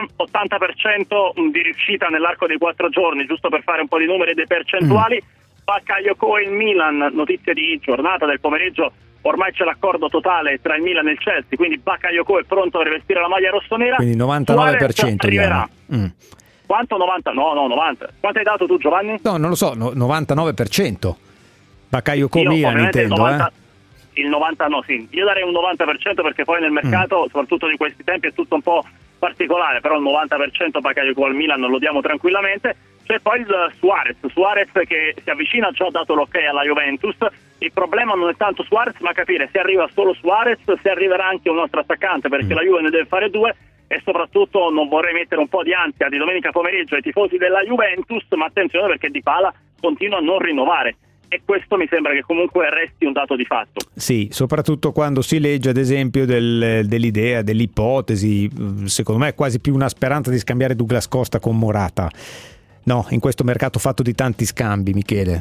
80% di riuscita nell'arco dei 4 giorni, giusto per fare un po' di numeri e dei percentuali. Bakayoko e il Milan, notizie di giornata del pomeriggio, ormai c'è l'accordo totale tra il Milan e il Chelsea, quindi Bakayoko è pronto a rivestire la maglia rossonera. Quindi 99% arriverà. Quanto? 90? No, 90. Quanto hai dato tu, Giovanni? No, non lo so, 99%. Bakayoko Milan intendo, Il 90 no, sì. Io darei un 90% perché poi nel mercato, soprattutto di questi tempi, è tutto un po' particolare, però il 90% Bakayoko al Milan lo diamo tranquillamente. C'è poi il Suarez che si avvicina, ha già dato l'ok alla Juventus. Il problema non è tanto Suarez, ma capire se arriva solo Suarez, se arriverà anche un nostro attaccante, perché la Juve ne deve fare 2, e soprattutto non vorrei mettere un po' di ansia di domenica pomeriggio ai tifosi della Juventus, ma attenzione perché Dybala continua a non rinnovare. E questo mi sembra che comunque resti un dato di fatto. Sì, soprattutto quando si legge ad esempio dell'idea, dell'ipotesi, secondo me è quasi più una speranza di scambiare Douglas Costa con Morata, no, in questo mercato fatto di tanti scambi, Michele.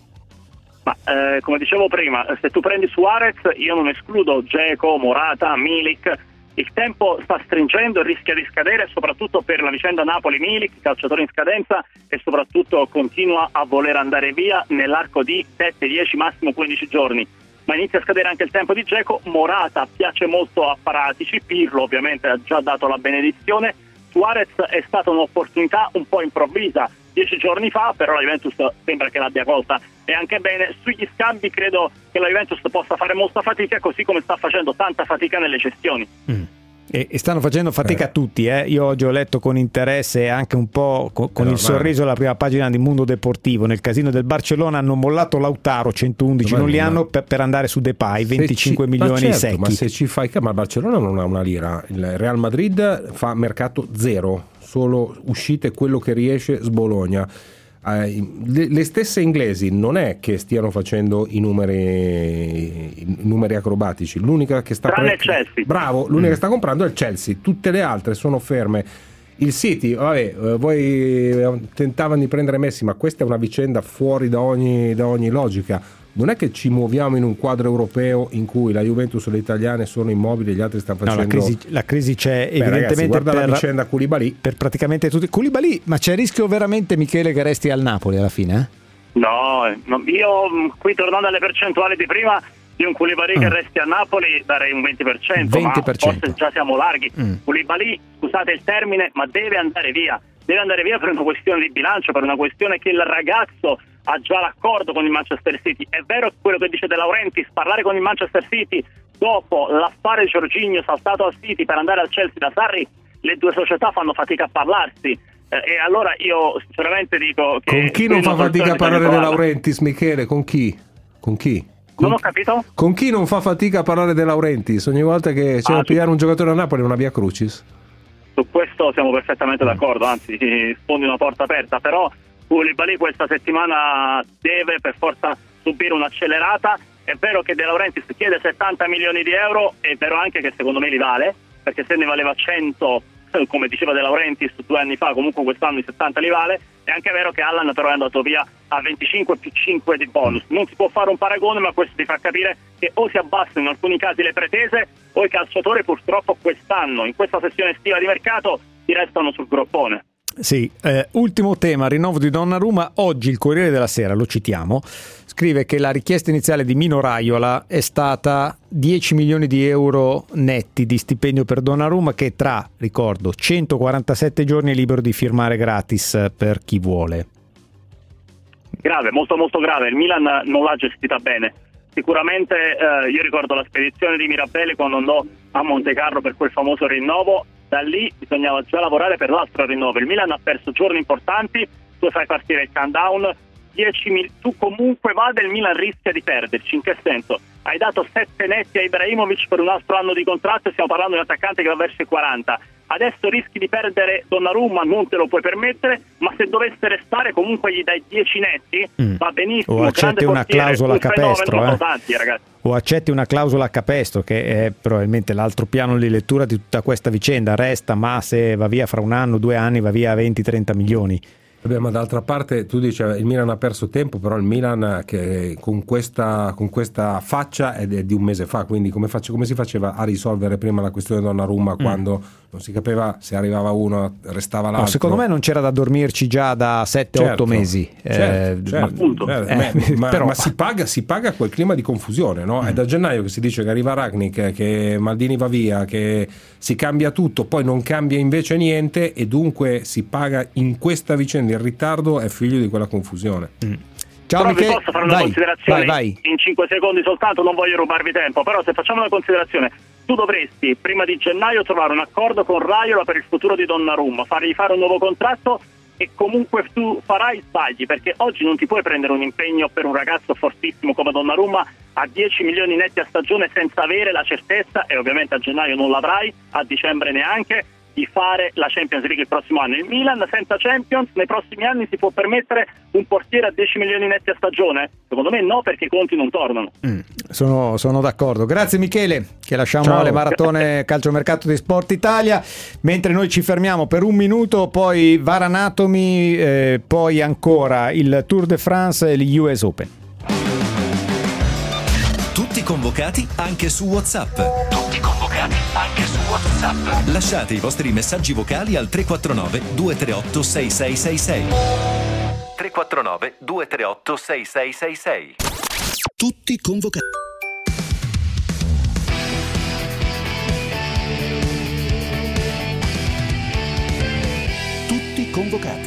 Ma come dicevo prima, se tu prendi Suarez io non escludo Dzeko, Morata, Milik. Il tempo sta stringendo e rischia di scadere, soprattutto per la vicenda Napoli-Milik, calciatore in scadenza e soprattutto continua a voler andare via nell'arco di 7, 10, massimo 15 giorni. Ma inizia a scadere anche il tempo di Dzeko. Morata piace molto a Paratici, Pirlo ovviamente ha già dato la benedizione. Suarez è stata un'opportunità un po' improvvisa 10 giorni fa, però la Juventus sembra che l'abbia colta e anche bene. Sugli scambi credo che la Juventus possa fare molta fatica, così come sta facendo tanta fatica nelle cessioni. E stanno facendo fatica tutti, Io oggi ho letto con interesse anche un po' con il sorriso la prima pagina di Mundo Deportivo. Nel casino del Barcellona hanno mollato Lautaro 111, non li hanno per andare su Depay 25 milioni secchi. Ma se ci fai ma il Barcellona non ha una lira, il Real Madrid fa mercato zero, solo uscite quello che riesce sbologna. Le stesse inglesi non è che stiano facendo i numeri acrobatici, l'unica che sta l'unica che sta comprando è il Chelsea, tutte le altre sono ferme. Il City, voi tentavano di prendere Messi, ma questa è una vicenda fuori da ogni logica. Non è che ci muoviamo in un quadro europeo in cui la Juventus e le italiane sono immobili e gli altri stanno facendo... No, la crisi c'è evidentemente. Ragazzi, guarda la vicenda Koulibaly. Per praticamente tutti. Koulibaly, ma c'è il rischio veramente, Michele, che resti al Napoli alla fine? No, io qui tornando alle percentuali di prima, di un Koulibaly che resti a Napoli darei un 20%, ma forse già siamo larghi. Koulibaly, scusate il termine, ma deve andare via. Deve andare via per una questione di bilancio, per una questione che il ragazzo ha già l'accordo con il Manchester City. È vero quello che dice De Laurentiis, parlare con il Manchester City dopo l'affare Jorginho saltato al City per andare al Chelsea da Sarri, le due società fanno fatica a parlarsi. E allora io sinceramente dico che... Con chi non fa fatica a parlare De Laurentiis, Michele? Con chi? Non ho capito? Con chi non fa fatica a parlare De Laurentiis? Ogni volta che c'è da pigliare un giocatore a Napoli è una via crucis. Su questo siamo perfettamente d'accordo, anzi sfondi una porta aperta, però Koulibaly questa settimana deve per forza subire un'accelerata. È vero che De Laurentiis chiede 70 milioni di euro, è vero anche che secondo me li vale, perché se ne valeva 100 come diceva De Laurentiis 2 anni fa, comunque quest'anno i 70 li vale. È anche vero che Allan però è andato via a 25 più 5 di bonus. Non si può fare un paragone, ma questo ti fa capire che o si abbassano in alcuni casi le pretese, o i calciatori purtroppo quest'anno, in questa sessione estiva di mercato, si restano sul groppone. Sì, ultimo tema, rinnovo di Donnarumma. Oggi il Corriere della Sera, lo citiamo, scrive che la richiesta iniziale di Mino Raiola è stata 10 milioni di euro netti di stipendio per Donnarumma, che tra, ricordo, 147 giorni è libero di firmare gratis per chi vuole. Grave, molto molto grave. Il Milan non l'ha gestita bene. Sicuramente io ricordo la spedizione di Mirabelli quando andò a Montecarlo per quel famoso rinnovo. Da lì bisognava già lavorare per l'altro rinnovo. Il Milan ha perso giorni importanti, tu fai partire il countdown, tu comunque vada, il Milan rischia di perderci. In che senso? Hai dato 7 netti a Ibrahimovic per un altro anno di contratto e stiamo parlando di un attaccante che va verso i 40. Adesso rischi di perdere Donnarumma, non te lo puoi permettere, ma se dovesse restare comunque gli dai 10 netti, va benissimo. O accetti una clausola capestro, tanti, ragazzi. O accetti una clausola capestro, che è probabilmente l'altro piano di lettura di tutta questa vicenda. Resta, ma se va via fra 1 anno, 2 anni, va via a 20-30 milioni. Vabbè, ma d'altra parte tu dici il Milan ha perso tempo, però il Milan che con questa faccia è di un mese fa, quindi come si faceva a risolvere prima la questione Donnarumma quando non si capiva se arrivava uno, restava l'altro? No, secondo me non c'era da dormirci già da 7-8 mesi. Ma si paga quel clima di confusione, no? È da gennaio che si dice che arriva Rangnick, che Maldini va via, che si cambia tutto, poi non cambia invece niente e dunque si paga in questa vicenda. Il ritardo è figlio di quella confusione. Ciao, però vi posso fare una considerazione vai. in 5 secondi soltanto, non voglio rubarvi tempo, però se facciamo una considerazione, tu dovresti prima di gennaio trovare un accordo con Raiola per il futuro di Donnarumma, fargli fare un nuovo contratto e comunque tu farai sbagli, perché oggi non ti puoi prendere un impegno per un ragazzo fortissimo come Donnarumma a 10 milioni netti a stagione senza avere la certezza, e ovviamente a gennaio non l'avrai, a dicembre neanche, di fare la Champions League il prossimo anno. Il Milan senza Champions nei prossimi anni si può permettere un portiere a 10 milioni netti a stagione? Secondo me no, perché i conti non tornano. Sono d'accordo. Grazie Michele, che lasciamo alle maratone calciomercato di Sport Italia, mentre noi ci fermiamo per 1 minuto, poi VAR Anatomy, poi ancora il Tour de France e gli US Open. Tutti convocati anche su WhatsApp. Lasciate i vostri messaggi vocali al 349 238 6666. 349 238 6666. Tutti convocati. Tutti convocati.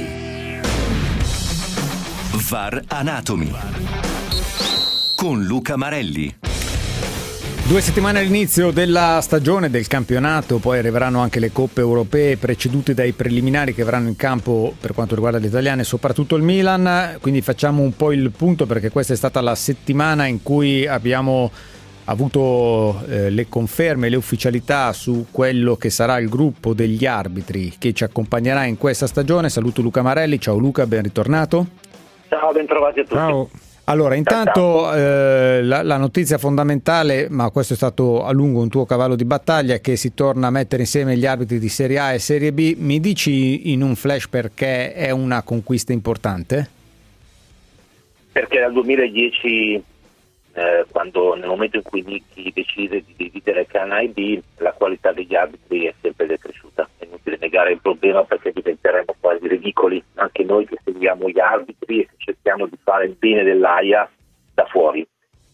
VAR Anatomy con Luca Marelli. 2 settimane all'inizio della stagione del campionato, poi arriveranno anche le coppe europee precedute dai preliminari che verranno in campo per quanto riguarda le italiane, soprattutto il Milan, quindi facciamo un po' il punto, perché questa è stata la settimana in cui abbiamo avuto le conferme, le ufficialità su quello che sarà il gruppo degli arbitri che ci accompagnerà in questa stagione. Saluto Luca Marelli. Ciao Luca, ben ritornato. Ciao, ben trovati a tutti. Ciao. Allora, intanto la notizia fondamentale, ma questo è stato a lungo un tuo cavallo di battaglia, è che si torna a mettere insieme gli arbitri di Serie A e Serie B. Mi dici in un flash perché è una conquista importante? Perché dal 2010, quando nel momento in cui Nicchi decide di dividere Canale B, la qualità degli arbitri è sempre decresciuta. È inutile negare il problema, perché diventeremo quasi ridicoli anche noi che seguiamo gli arbitri e che cerchiamo di fare il bene dell'AIA da fuori.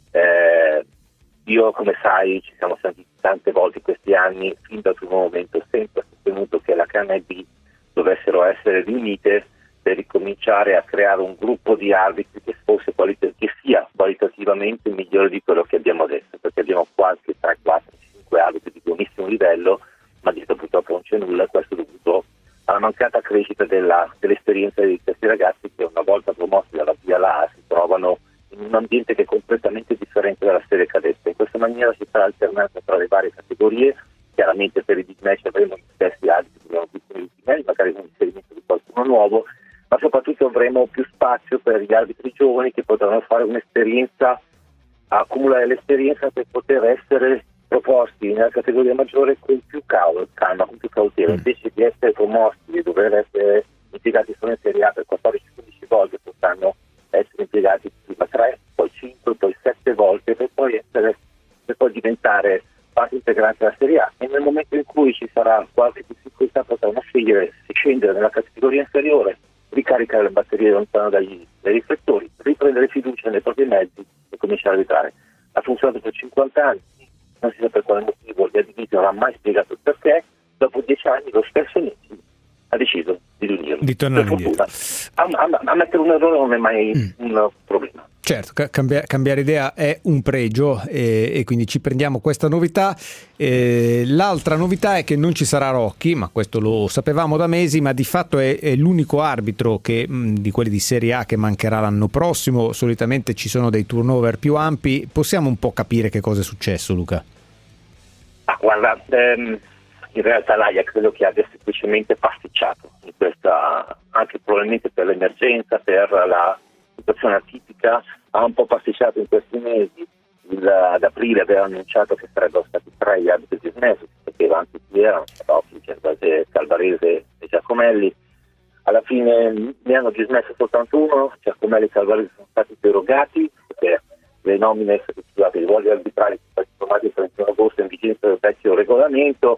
Io, come sai, ci siamo sentiti tante volte in questi anni, fin dal primo momento, sempre sostenuto che la Canale B dovessero essere riunite per ricominciare a creare un gruppo di arbitri che sia qualitativamente migliore di quello che abbiamo adesso, perché abbiamo qualche 3, 4, 5 arbitri di buonissimo livello, ma dietro purtroppo non c'è nulla. Questo è dovuto alla mancata crescita dell'esperienza di questi ragazzi che, una volta promossi dalla B alla A, si trovano in un ambiente che è completamente differente dalla serie cadetta. In questa maniera si farà alternanza tra le varie categorie. Chiaramente per i big match avremo gli stessi arbitri che abbiamo visto negli ultimi anni, magari con inserimento di qualcuno nuovo, ma soprattutto avremo più spazio per gli arbitri giovani che potranno fare un'esperienza, accumulare l'esperienza per poter essere proposti nella categoria maggiore con più calma, con più cautela, invece di essere promossi e dover essere impiegati solo in Serie A per 14-15 volte, potranno essere impiegati prima 3, poi 5, poi 7 volte per poi diventare parte integrante della Serie A, e nel momento in cui ci sarà qualche difficoltà potranno scegliere se scendere nella categoria inferiore, ricaricare le batterie lontano dai riflettori, riprendere fiducia nei propri mezzi e cominciare a arbitrare. Ha funzionato per 50 anni, non si sa per quale motivo, gli adibiti non ha mai spiegato il perché, dopo 10 anni lo stesso Nizzi ha deciso di riunirlo. Di tornare indietro. Ammettere un errore non è mai un problema. Certo, cambiare idea è un pregio e quindi ci prendiamo questa novità. L'altra novità è che non ci sarà Rocchi, ma questo lo sapevamo da mesi, ma di fatto è l'unico arbitro di quelli di Serie A che mancherà l'anno prossimo. Solitamente ci sono dei turnover più ampi. Possiamo un po' capire che cosa è successo, Luca? Guarda, in realtà l'AIA credo che abbia semplicemente pasticciato in questa, anche probabilmente per l'emergenza, per la situazione atipica, ha un po' pasticciato in questi mesi. Ad aprile aveva annunciato che sarebbero stati 3 gli arbitri dismessi, si sapeva anche chi erano, Rocchi, Calvarese e Giacomelli. Alla fine ne hanno dismesso soltanto uno, Giacomelli e Calvarese sono stati derogati perché le nomine, scusate, i ruoli arbitrali sono stati formati il 31 agosto in vigenza del vecchio regolamento.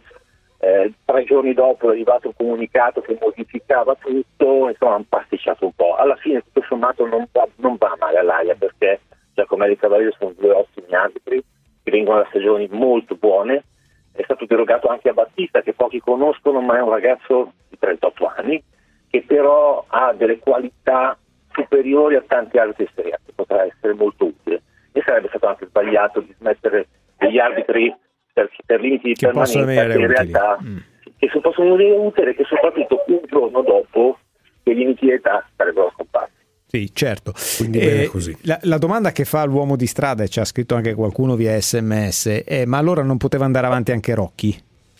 3 giorni dopo è arrivato un comunicato che modificava tutto, insomma hanno pasticciato un po'. Alla fine tutto sommato non va male all'AIA, perché Giacomelli e Cavalieri sono 2 ottimi arbitri che vengono da stagioni molto buone. È stato derogato anche a Battista, che pochi conoscono, ma è un ragazzo di 38 anni che però ha delle qualità superiori a tanti arbitri Serie A, che potrà essere molto utile. E sarebbe stato anche sbagliato dismettere degli arbitri per limiti di permanenza che in realtà che possono venire utili e che soprattutto un giorno dopo che i limiti di età sarebbero scomparsi. Sì, certo. Quindi bene così. La domanda che fa l'uomo di strada, e ci ha scritto anche qualcuno via SMS, è: ma allora non poteva andare avanti anche Rocchi?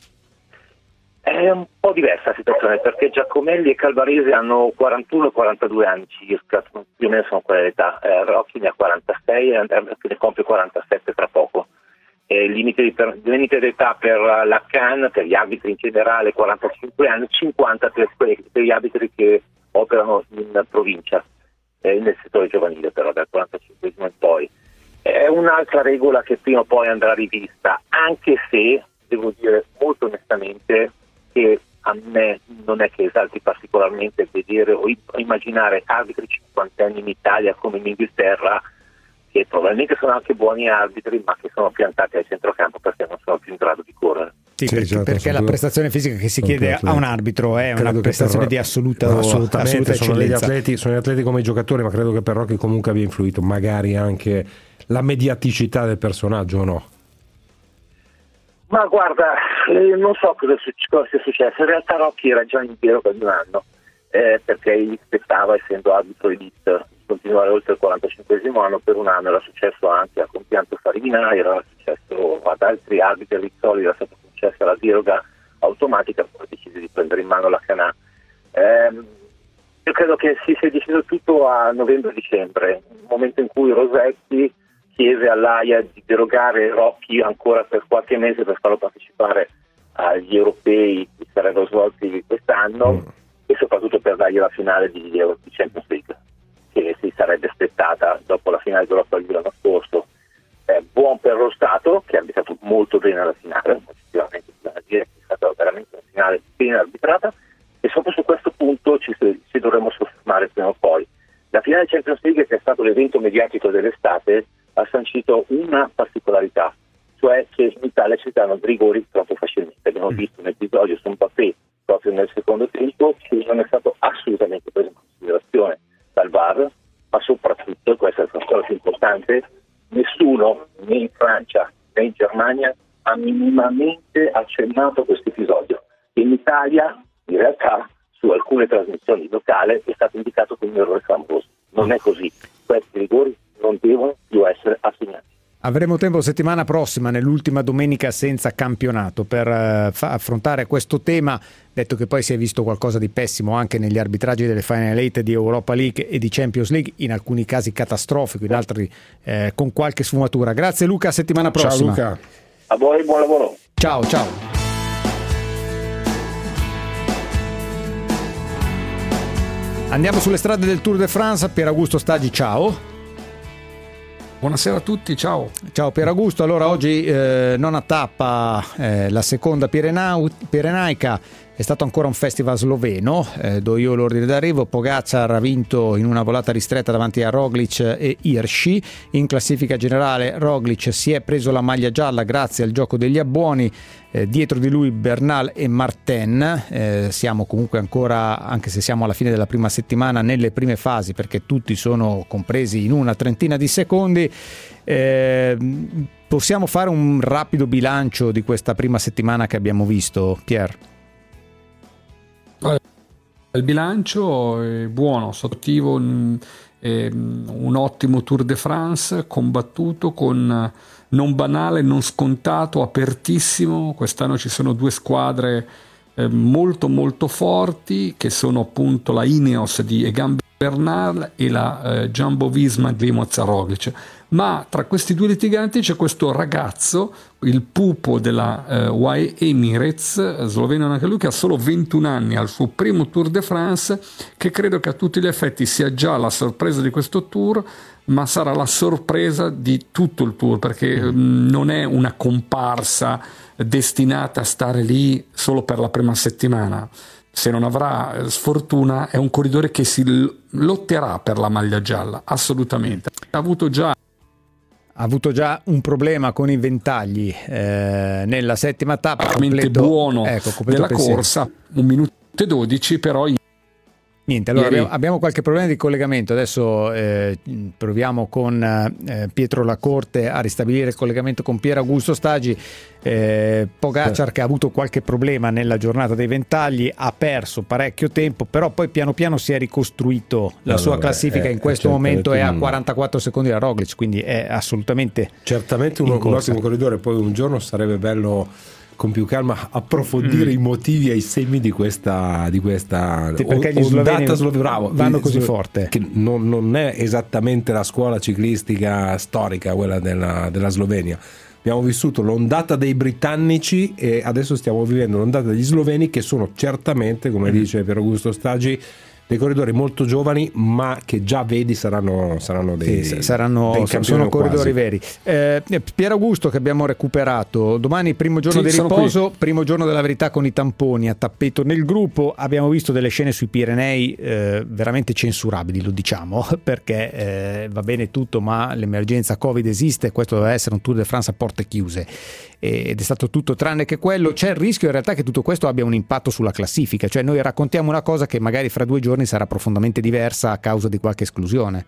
È un po' diversa la situazione, perché Giacomelli e Calvarese hanno 41 e 42 anni circa, più o meno sono quelle l'età. Rocchi ne ha 46 e ne compie 47 tra poco. Il limite d'età per la CAN, per gli arbitri in generale, 45 anni, 50 per gli arbitri che operano in provincia, nel settore giovanile, però dal 45 in poi. È un'altra regola che prima o poi andrà rivista, anche se devo dire molto onestamente che a me non è che esalti particolarmente vedere o immaginare arbitri cinquantenni in Italia come in Inghilterra, che probabilmente sono anche buoni arbitri, ma che sono piantati al centrocampo perché non sono più in grado di correre. Sì, perché la prestazione fisica che si chiede a un arbitro è una prestazione di assoluta eccellenza. Sono gli atleti come i giocatori, ma credo che per Rocchi comunque abbia influito magari anche la mediaticità del personaggio, o no? Ma guarda, non so cosa sia successo. In realtà Rocchi era già in deroga di un anno, perché gli aspettava, essendo arbitro elite, continuare oltre il 45esimo anno per un anno. Era successo anche a Compianto Farina, era successo ad altri arbitri Rizzoli, era stata concessa la deroga automatica, poi decise di prendere in mano la Canà. Io credo che si sia deciso tutto a novembre-dicembre, un momento in cui Rosetti chiese all'AIA di derogare Rocchi ancora per qualche mese per farlo partecipare agli europei che sarebbero svolti quest'anno e soprattutto per dargli la finale di Champions League, che si sarebbe aspettata dopo la finale d'Europa l'anno scorso. Buon per lo Stato, che ha arbitrato molto bene la finale, effettivamente bisogna dire che è stata veramente una finale ben arbitrata, e proprio su questo punto ci dovremmo soffermare prima o poi. La finale Champions League, che è stato l'evento mediatico dell'estate, ha sancito una particolarità, cioè che in Italia ci danno rigori troppo facilmente. Abbiamo visto un episodio su Mbappé proprio nel secondo tempo che non è stato assolutamente preso in considerazione dal VAR, ma soprattutto, questa è la cosa più importante, nessuno né in Francia né in Germania ha minimamente accennato a questo episodio. In Italia, in realtà, su alcune trasmissioni locali è stato indicato come un errore clamoroso. Non è così. Questi rigori non devono più essere assegnati. Avremo tempo settimana prossima, nell'ultima domenica senza campionato, per affrontare questo tema, detto che poi si è visto qualcosa di pessimo anche negli arbitraggi delle Final 8 di Europa League e di Champions League, in alcuni casi catastrofico, in altri con qualche sfumatura. Grazie Luca, settimana prossima. Ciao Luca. A voi buon lavoro. Ciao. Andiamo sulle strade del Tour de France. Pier Augusto Stagi, ciao. Buonasera a tutti, ciao. Ciao Pier Augusto, allora oggi nona tappa, la seconda pirenaica, è stato ancora un festival sloveno, do io l'ordine d'arrivo. Pogacar ha vinto in una volata ristretta davanti a Roglic e Hirschi. In classifica generale Roglic si è preso la maglia gialla grazie al gioco degli abbuoni, dietro di lui Bernal e Martin. Siamo comunque ancora, anche se siamo alla fine della prima settimana, nelle prime fasi, perché tutti sono compresi in una trentina di secondi. Possiamo fare un rapido bilancio di questa prima settimana che abbiamo visto, Pier? Il bilancio è buono, sottivo, un ottimo Tour de France combattuto, con non banale, non scontato, apertissimo. Quest'anno ci sono due squadre molto molto forti, che sono appunto la Ineos di Egan Bernal e la Jumbo-Visma di Primoz Roglic. Ma tra questi due litiganti c'è questo ragazzo, il pupo della YA Emirates, sloveno anche lui, che ha solo 21 anni, al suo primo Tour de France, che credo che a tutti gli effetti sia già la sorpresa di questo Tour, ma sarà la sorpresa di tutto il Tour, perché non è una comparsa destinata a stare lì solo per la prima settimana. Se non avrà sfortuna, è un corridore che si lotterà per la maglia gialla, assolutamente. Ha avuto già un problema con i ventagli nella settima tappa. Veramente buono della corsa, 1 minuto e 12, però niente. Allora abbiamo qualche problema di collegamento. Adesso proviamo con Pietro Lacorte a ristabilire il collegamento con Pier Augusto Stagi. Pogacar, che ha avuto qualche problema nella giornata dei ventagli, ha perso parecchio tempo, però poi piano piano si è ricostruito. La sua classifica in questo momento è a 44 secondi da Roglic, quindi è assolutamente certamente un ottimo corridore. Poi un giorno sarebbe bello con più calma approfondire i motivi e i semi di questa perché gli sloveni vanno così forte, che non è esattamente la scuola ciclistica storica quella della Slovenia. Abbiamo vissuto l'ondata dei britannici e adesso stiamo vivendo l'ondata degli sloveni, che sono certamente, come dice Pier Augusto Stagi, dei corridori molto giovani, ma che già vedi saranno sono corridori veri. Pier Augusto, che abbiamo recuperato, domani primo giorno di riposo, primo giorno della verità con i tamponi a tappeto nel gruppo. Abbiamo visto delle scene sui Pirenei veramente censurabili, lo diciamo, perché va bene tutto, ma l'emergenza Covid esiste. Questo deve essere un Tour de France a porte chiuse ed è stato tutto tranne che quello. C'è il rischio in realtà che tutto questo abbia un impatto sulla classifica, cioè noi raccontiamo una cosa che magari fra 2 giorni sarà profondamente diversa a causa di qualche esclusione.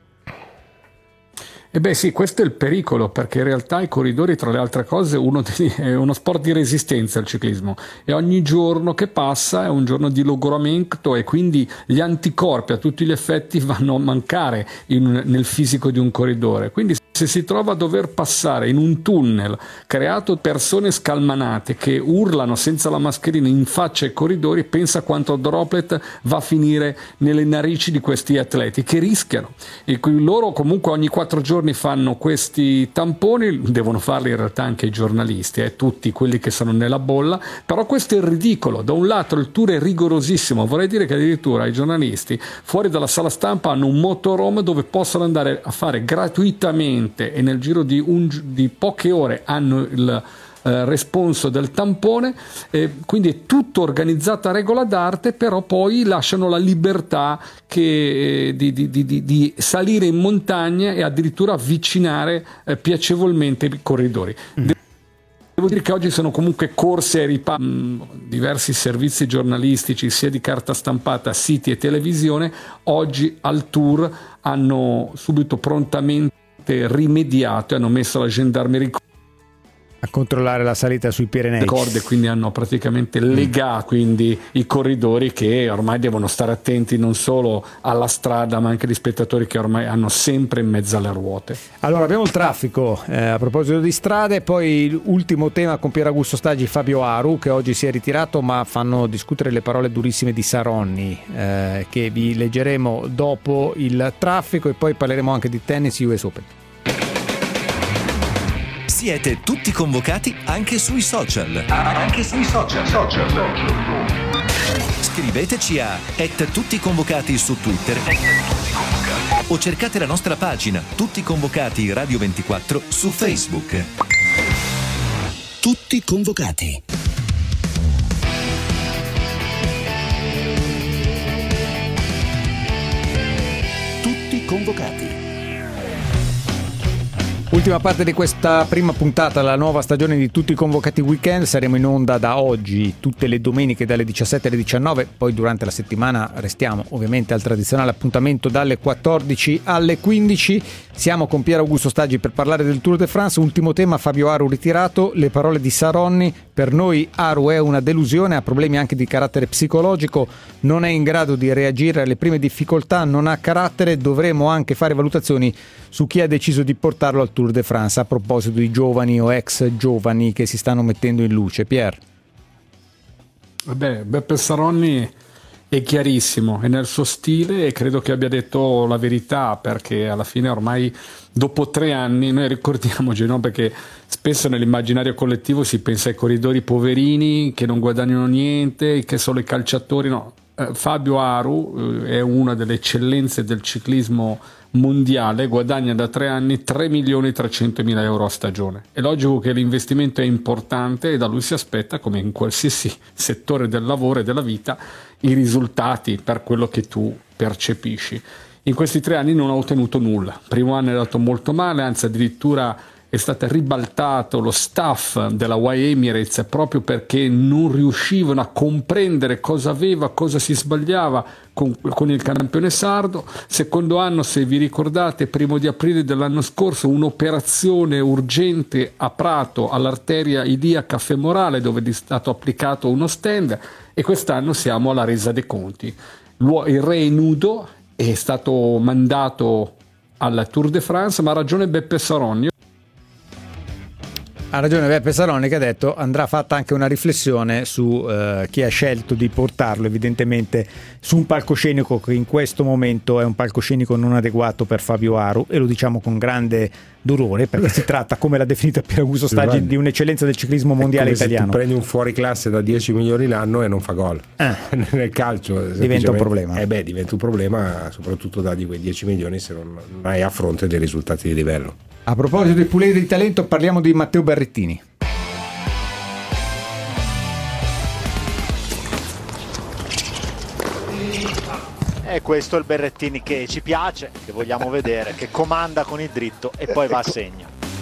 Sì, questo è il pericolo, perché in realtà i corridori, tra le altre cose, è uno sport di resistenza, il ciclismo, e ogni giorno che passa è un giorno di logoramento, e quindi gli anticorpi a tutti gli effetti vanno a mancare nel fisico di un corridore. Quindi se si trova a dover passare in un tunnel creato persone scalmanate che urlano senza la mascherina in faccia ai corridori, pensa quanto droplet va a finire nelle narici di questi atleti che rischiano. E loro comunque ogni 4 giorni fanno questi tamponi, devono farli in realtà anche i giornalisti, tutti quelli che sono nella bolla. Però questo è ridicolo. Da un lato il tour è rigorosissimo, vorrei dire che addirittura i giornalisti fuori dalla sala stampa hanno un motorhome dove possono andare a fare gratuitamente, e nel giro di poche ore hanno il responso del tampone, quindi è tutto organizzato a regola d'arte, però poi lasciano la libertà di salire in montagna e addirittura avvicinare piacevolmente i corridori. Devo dire che oggi sono comunque corse ai ripari. Diversi servizi giornalistici, sia di carta stampata, siti e televisione, oggi al Tour hanno subito prontamente rimediato e hanno messo la gendarmeria a controllare la salita sui Pirenei. Corde, quindi hanno praticamente legato quindi i corridori, che ormai devono stare attenti non solo alla strada ma anche agli spettatori che ormai hanno sempre in mezzo alle ruote. Allora abbiamo il traffico, a proposito di strade, poi ultimo tema con Pier Augusto Stagi e Fabio Aru, che oggi si è ritirato, ma fanno discutere le parole durissime di Saronni, che vi leggeremo dopo il traffico, e poi parleremo anche di tennis US Open. Siete tutti convocati anche sui social. Scriveteci a @tutticonvocati su Twitter o cercate la nostra pagina Tutti Convocati Radio 24 su Facebook. Tutti convocati. Tutti convocati. Ultima parte di questa prima puntata, la nuova stagione di Tutti Convocati Weekend. Saremo in onda da oggi tutte le domeniche dalle 17 alle 19, poi durante la settimana restiamo ovviamente al tradizionale appuntamento dalle 14 alle 15. Siamo con Pier Augusto Staggi per parlare del Tour de France. Ultimo tema, Fabio Aru ritirato, le parole di Saronni: per noi Aru è una delusione, ha problemi anche di carattere psicologico, non è in grado di reagire alle prime difficoltà, non ha carattere, dovremo anche fare valutazioni su chi ha deciso di portarlo al Tour de France, a proposito di giovani o ex giovani che si stanno mettendo in luce. Pier? Vabbè, Beppe Saronni è chiarissimo, è nel suo stile e credo che abbia detto la verità, perché alla fine ormai dopo 3 anni, noi ricordiamoci, no? Perché spesso nell'immaginario collettivo si pensa ai corridori poverini che non guadagnano niente, che sono i calciatori, no. Fabio Aru è una delle eccellenze del ciclismo mondiale, guadagna da 3 anni 3.300.000 euro a stagione. È logico che l'investimento è importante e da lui si aspetta, come in qualsiasi settore del lavoro e della vita, i risultati per quello che tu percepisci. In questi 3 anni non ha ottenuto nulla. Primo anno è andato molto male, anzi addirittura è stato ribaltato lo staff della Y Emirates proprio perché non riuscivano a comprendere cosa aveva, cosa si sbagliava con il campione sardo. Secondo anno, se vi ricordate, 1 di aprile dell'anno scorso, un'operazione urgente a Prato all'arteria iliaca femorale dove è stato applicato uno stent, e quest'anno siamo alla resa dei conti. Il re è nudo, è stato mandato al Tour de France, ma ha ragione Beppe Saronni. Ha ragione Beppe Saronni, che ha detto andrà fatta anche una riflessione su chi ha scelto di portarlo evidentemente su un palcoscenico che in questo momento è un palcoscenico non adeguato per Fabio Aru, e lo diciamo con grande dolore, perché si tratta, come l'ha definito Pier Augusto Staggi, di un'eccellenza del ciclismo mondiale italiano. Se tu prendi un fuoriclasse da 10 milioni l'anno e non fa gol nel calcio, diventa un problema. Diventa un problema, soprattutto dargli quei 10 milioni se non hai a fronte dei risultati di livello. A proposito di puledri di talento, parliamo di Matteo Berrettini. E questo è il Berrettini che ci piace, che vogliamo vedere, che comanda con il dritto e poi va a segno.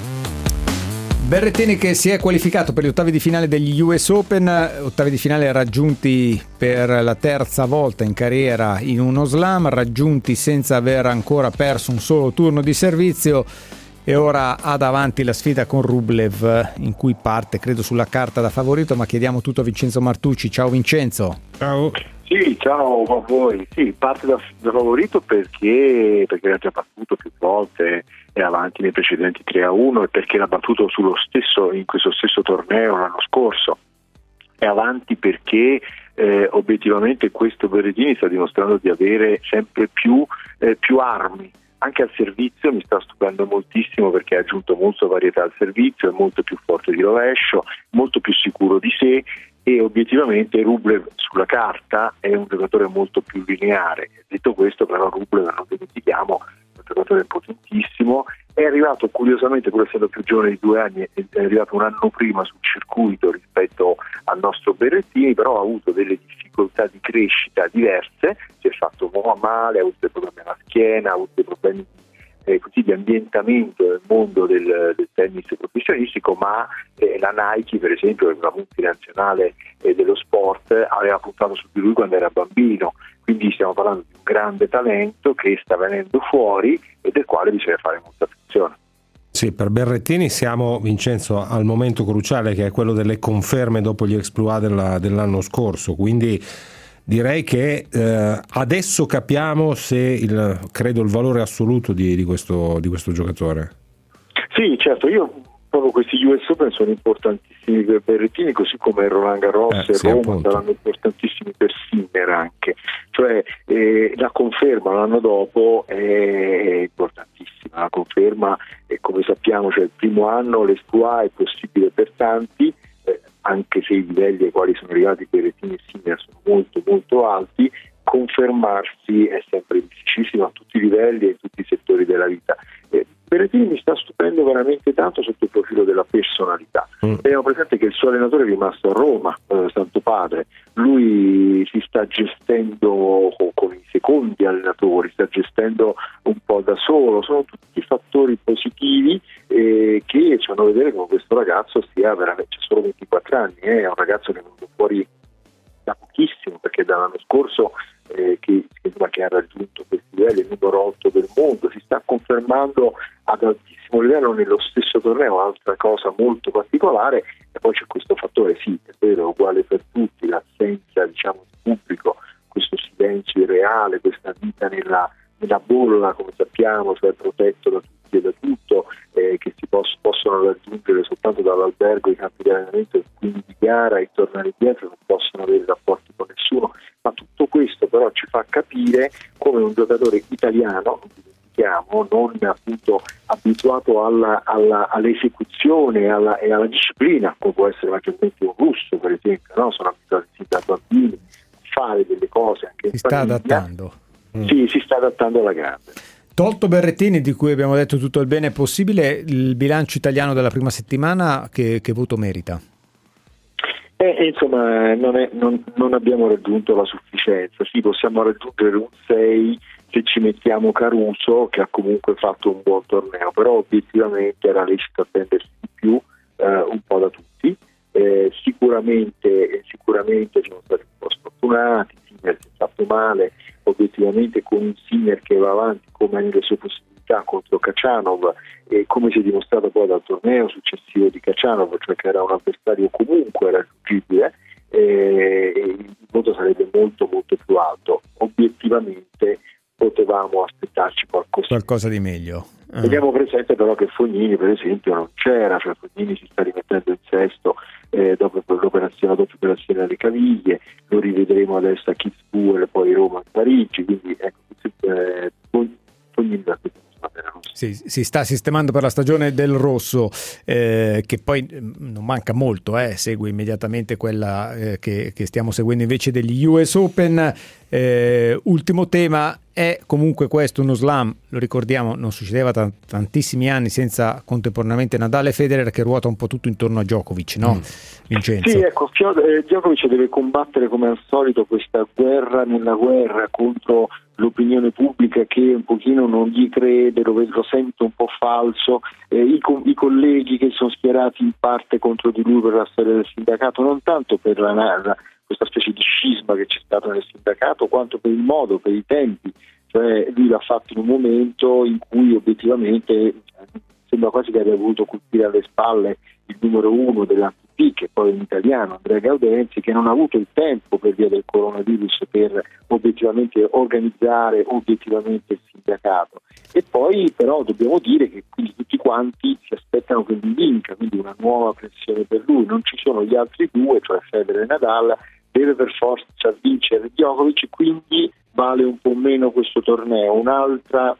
Berrettini che si è qualificato per gli ottavi di finale degli US Open, ottavi di finale raggiunti per la 3ª volta in carriera in uno slam, raggiunti senza aver ancora perso un solo turno di servizio, e ora ha davanti la sfida con Rublev, in cui parte credo sulla carta da favorito, ma chiediamo tutto a Vincenzo Martucci. Ciao Vincenzo. Ciao. Sì, ciao a voi. Sì, parte da favorito perché l'ha già battuto più volte, è avanti nei precedenti 3-1, e perché l'ha battuto in questo stesso torneo l'anno scorso. È avanti perché obiettivamente questo Berrettini sta dimostrando di avere sempre più armi. Anche al servizio mi sta stupendo moltissimo, perché ha aggiunto molta varietà al servizio, è molto più forte di rovescio, molto più sicuro di sé, e obiettivamente Rublev sulla carta è un giocatore molto più lineare. Detto questo, però, Rublev, non dimentichiamo, è un giocatore potentissimo, è arrivato curiosamente, pur essendo più giovane di 2 anni, è arrivato un anno prima sul circuito rispetto al nostro Berrettini, però ha avuto delle difficoltà di crescita diverse, si è fatto male, ha avuto dei problemi alla schiena, ha avuto dei problemi di ambientamento nel mondo del tennis professionistico, ma la Nike, per esempio, che è una multinazionale dello sport, aveva puntato su di lui quando era bambino, quindi stiamo parlando di un grande talento che sta venendo fuori e del quale bisogna fare molta attenzione. Sì, per Berrettini siamo, Vincenzo, al momento cruciale, che è quello delle conferme dopo gli exploit dell'anno scorso, quindi direi che adesso capiamo credo il valore assoluto di questo giocatore. Sì, certo, proprio questi US Open sono importantissimi per Berrettini, così come Roland Garros e Roma appunto saranno importantissimi per Sinner anche, cioè la conferma l'anno dopo è importantissima. una conferma, e come sappiamo il primo anno l'Exploit è possibile per tanti, anche se i livelli ai quali sono arrivati Berrettini e Sinner sono molto molto alti, confermarsi è sempre difficilissimo a tutti i livelli e in tutti i settori della vita. Berrettini mi sta stupendo veramente tanto sotto il profilo della personalità. Teniamo presente che il suo allenatore è rimasto a Roma, Santo Padre. Lui si sta gestendo con i secondi allenatori, sta gestendo un po' da solo. Sono tutti fattori positivi che ci fanno vedere come questo ragazzo sia veramente, solo 24 anni, è un ragazzo che è venuto fuori da pochissimo, perché dall'anno scorso che ha raggiunto questi livelli, il numero 8 del mondo, si sta confermando ad altissimo livello nello stesso torneo, altra cosa molto particolare. E poi c'è questo fattore, sì, è vero, uguale per tutti, l'assenza di pubblico, questo silenzio irreale, questa vita nella bolla, come sappiamo, cioè protetto da tutti e da tutto, che si possono raggiungere soltanto dall'albergo, i campi di allenamento, quindi di gara, e tornare indietro, non possono avere rapporti con nessuno. Ma tutto questo però ci fa capire come un giocatore italiano, non appunto abituato all'esecuzione e alla disciplina, come può essere maggiormente un russo, per esempio, no? Sono abituati da bambini a fare delle cose anche in famiglia. Adattando. Sì, si sta adattando alla grande. Tolto Berrettini, di cui abbiamo detto tutto il bene possibile, il bilancio italiano della prima settimana che voto merita? Insomma, non abbiamo raggiunto la sufficienza. Sì, possiamo raggiungere un 6 se ci mettiamo Caruso, che ha comunque fatto un buon torneo, però obiettivamente era lecito attendersi di più, un po' da tutti. Sicuramente siamo stati un po' sfortunati. Sinner si è fatto male, obiettivamente, con un Sinner che va avanti come nelle sue possibilità contro Khachanov, e come si è dimostrato poi dal torneo successivo di Khachanov, cioè che era un avversario comunque raggiungibile, il voto sarebbe molto molto più alto. Obiettivamente potevamo aspettarci qualcosa di meglio. Teniamo presente però che Fognini, per esempio, non c'era, cioè Fognini si sta rimettendo in sesto dopo la doppia operazione alle caviglie, lo rivedremo adesso a Kitzbühel e poi Roma e Parigi, quindi Fognini da questo si sta sistemando per la stagione del rosso, che poi non manca molto, segue immediatamente quella che stiamo seguendo invece degli US Open. Ultimo tema è comunque questo, uno slam, lo ricordiamo, non succedeva tantissimi anni senza contemporaneamente Nadal e Federer, che ruota un po' tutto intorno a Djokovic, no? Vincenzo? Sì, ecco, Djokovic deve combattere come al solito questa guerra nella guerra contro l'opinione pubblica che un pochino non gli crede, lo sente un po' falso, i colleghi che sono schierati in parte contro di lui per la storia del sindacato, non tanto per questa specie di scisma che c'è stato nel sindacato, quanto per il modo, per i tempi. Cioè lui l'ha fatto in un momento in cui obiettivamente sembra quasi che abbia voluto colpire alle spalle il numero 1 dell'ATP, che poi è in italiano, Andrea Gaudenzi, che non ha avuto il tempo per via del coronavirus per obiettivamente organizzare obiettivamente il sindacato. E poi però dobbiamo dire che quindi tutti quanti si aspettano che lui vinca, quindi una nuova pressione per lui. Non ci sono gli altri due, cioè Federer e Nadal, deve per forza vincere Djokovic, quindi vale un po' meno questo torneo, un altro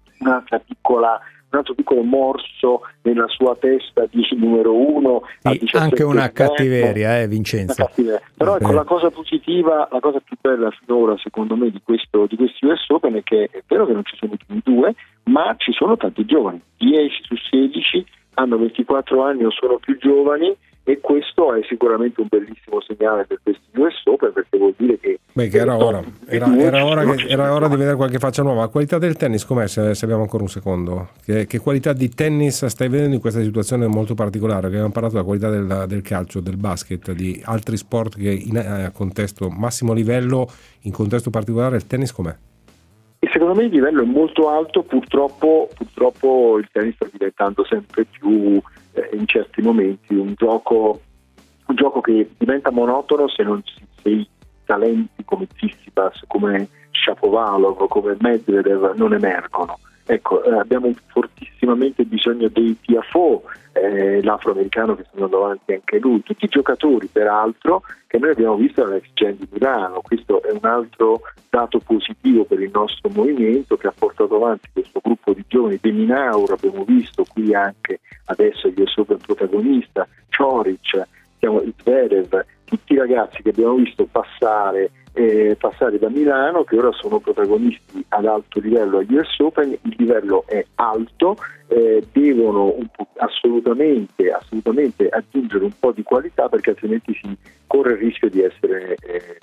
piccolo morso nella sua testa di numero 1, anche una cattiveria, Vincenzo. Però ecco, la cosa positiva, la cosa più bella finora secondo me di questi US Open è che è vero che non ci sono più due, ma ci sono tanti giovani, 10 su 16 hanno 24 anni o sono più giovani, e questo è sicuramente un bellissimo segnale per questi US Open, perché vuol dire che era ora di vedere qualche faccia nuova. La qualità del tennis com'è, se abbiamo ancora un secondo? Che qualità di tennis stai vedendo in questa situazione molto particolare? Che abbiamo parlato della qualità del calcio, del basket, di altri sport che in contesto massimo livello, in contesto particolare il tennis com'è? E secondo me il livello è molto alto, purtroppo il tennis sta diventando sempre più in certi momenti un gioco che diventa monotono se i talenti come Tsitsipas, come Shapovalov, come Medvedev non emergono. Ecco, abbiamo fortissimamente bisogno dei TFO, l'afroamericano che sta andando avanti anche lui, tutti i giocatori peraltro che noi abbiamo visto alla Next Gen di Milano. Questo è un altro dato positivo per il nostro movimento, che ha portato avanti questo gruppo di giovani. De Minaur abbiamo visto qui anche adesso gli Open protagonista, Cioric, Zverev, tutti i ragazzi che abbiamo visto passare da Milano, che ora sono protagonisti ad alto livello agli US Open. Il livello è alto, devono assolutamente aggiungere un po' di qualità, perché altrimenti si corre il rischio di essere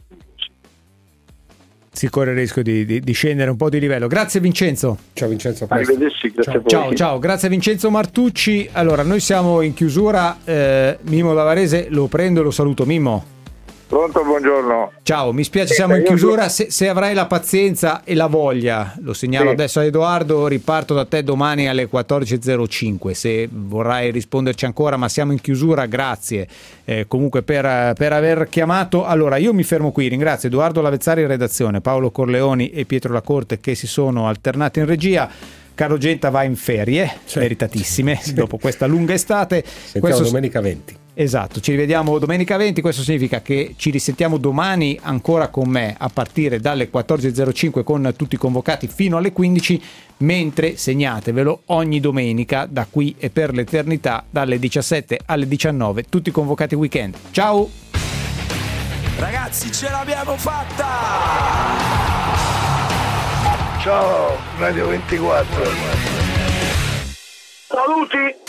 si corre il rischio di scendere un po' di livello. Grazie Vincenzo. Ciao Vincenzo, arrivederci, grazie ciao, a voi. Ciao, grazie Vincenzo Martucci. Allora, noi siamo in chiusura, Mimmo Lavarese lo prendo e lo saluto. Mimmo. Pronto, buongiorno. Ciao, mi spiace, siamo in chiusura. Se avrai la pazienza e la voglia, lo segnalo adesso a Edoardo, riparto da te domani alle 14.05. Se vorrai risponderci ancora, ma siamo in chiusura, grazie comunque per aver chiamato. Allora, io mi fermo qui, ringrazio Edoardo Lavezzari in redazione, Paolo Corleoni e Pietro Lacorte che si sono alternati in regia. Carlo Genta va in ferie, meritatissime, dopo questa lunga estate. Sentiamo domenica 20. Esatto, ci rivediamo domenica 20, questo significa che ci risentiamo domani ancora con me a partire dalle 14.05 con tutti i convocati fino alle 15, mentre segnatevelo ogni domenica da qui e per l'eternità dalle 17 alle 19, tutti convocati weekend. Ciao! Ragazzi, ce l'abbiamo fatta! Ciao, Radio 24. Saluti!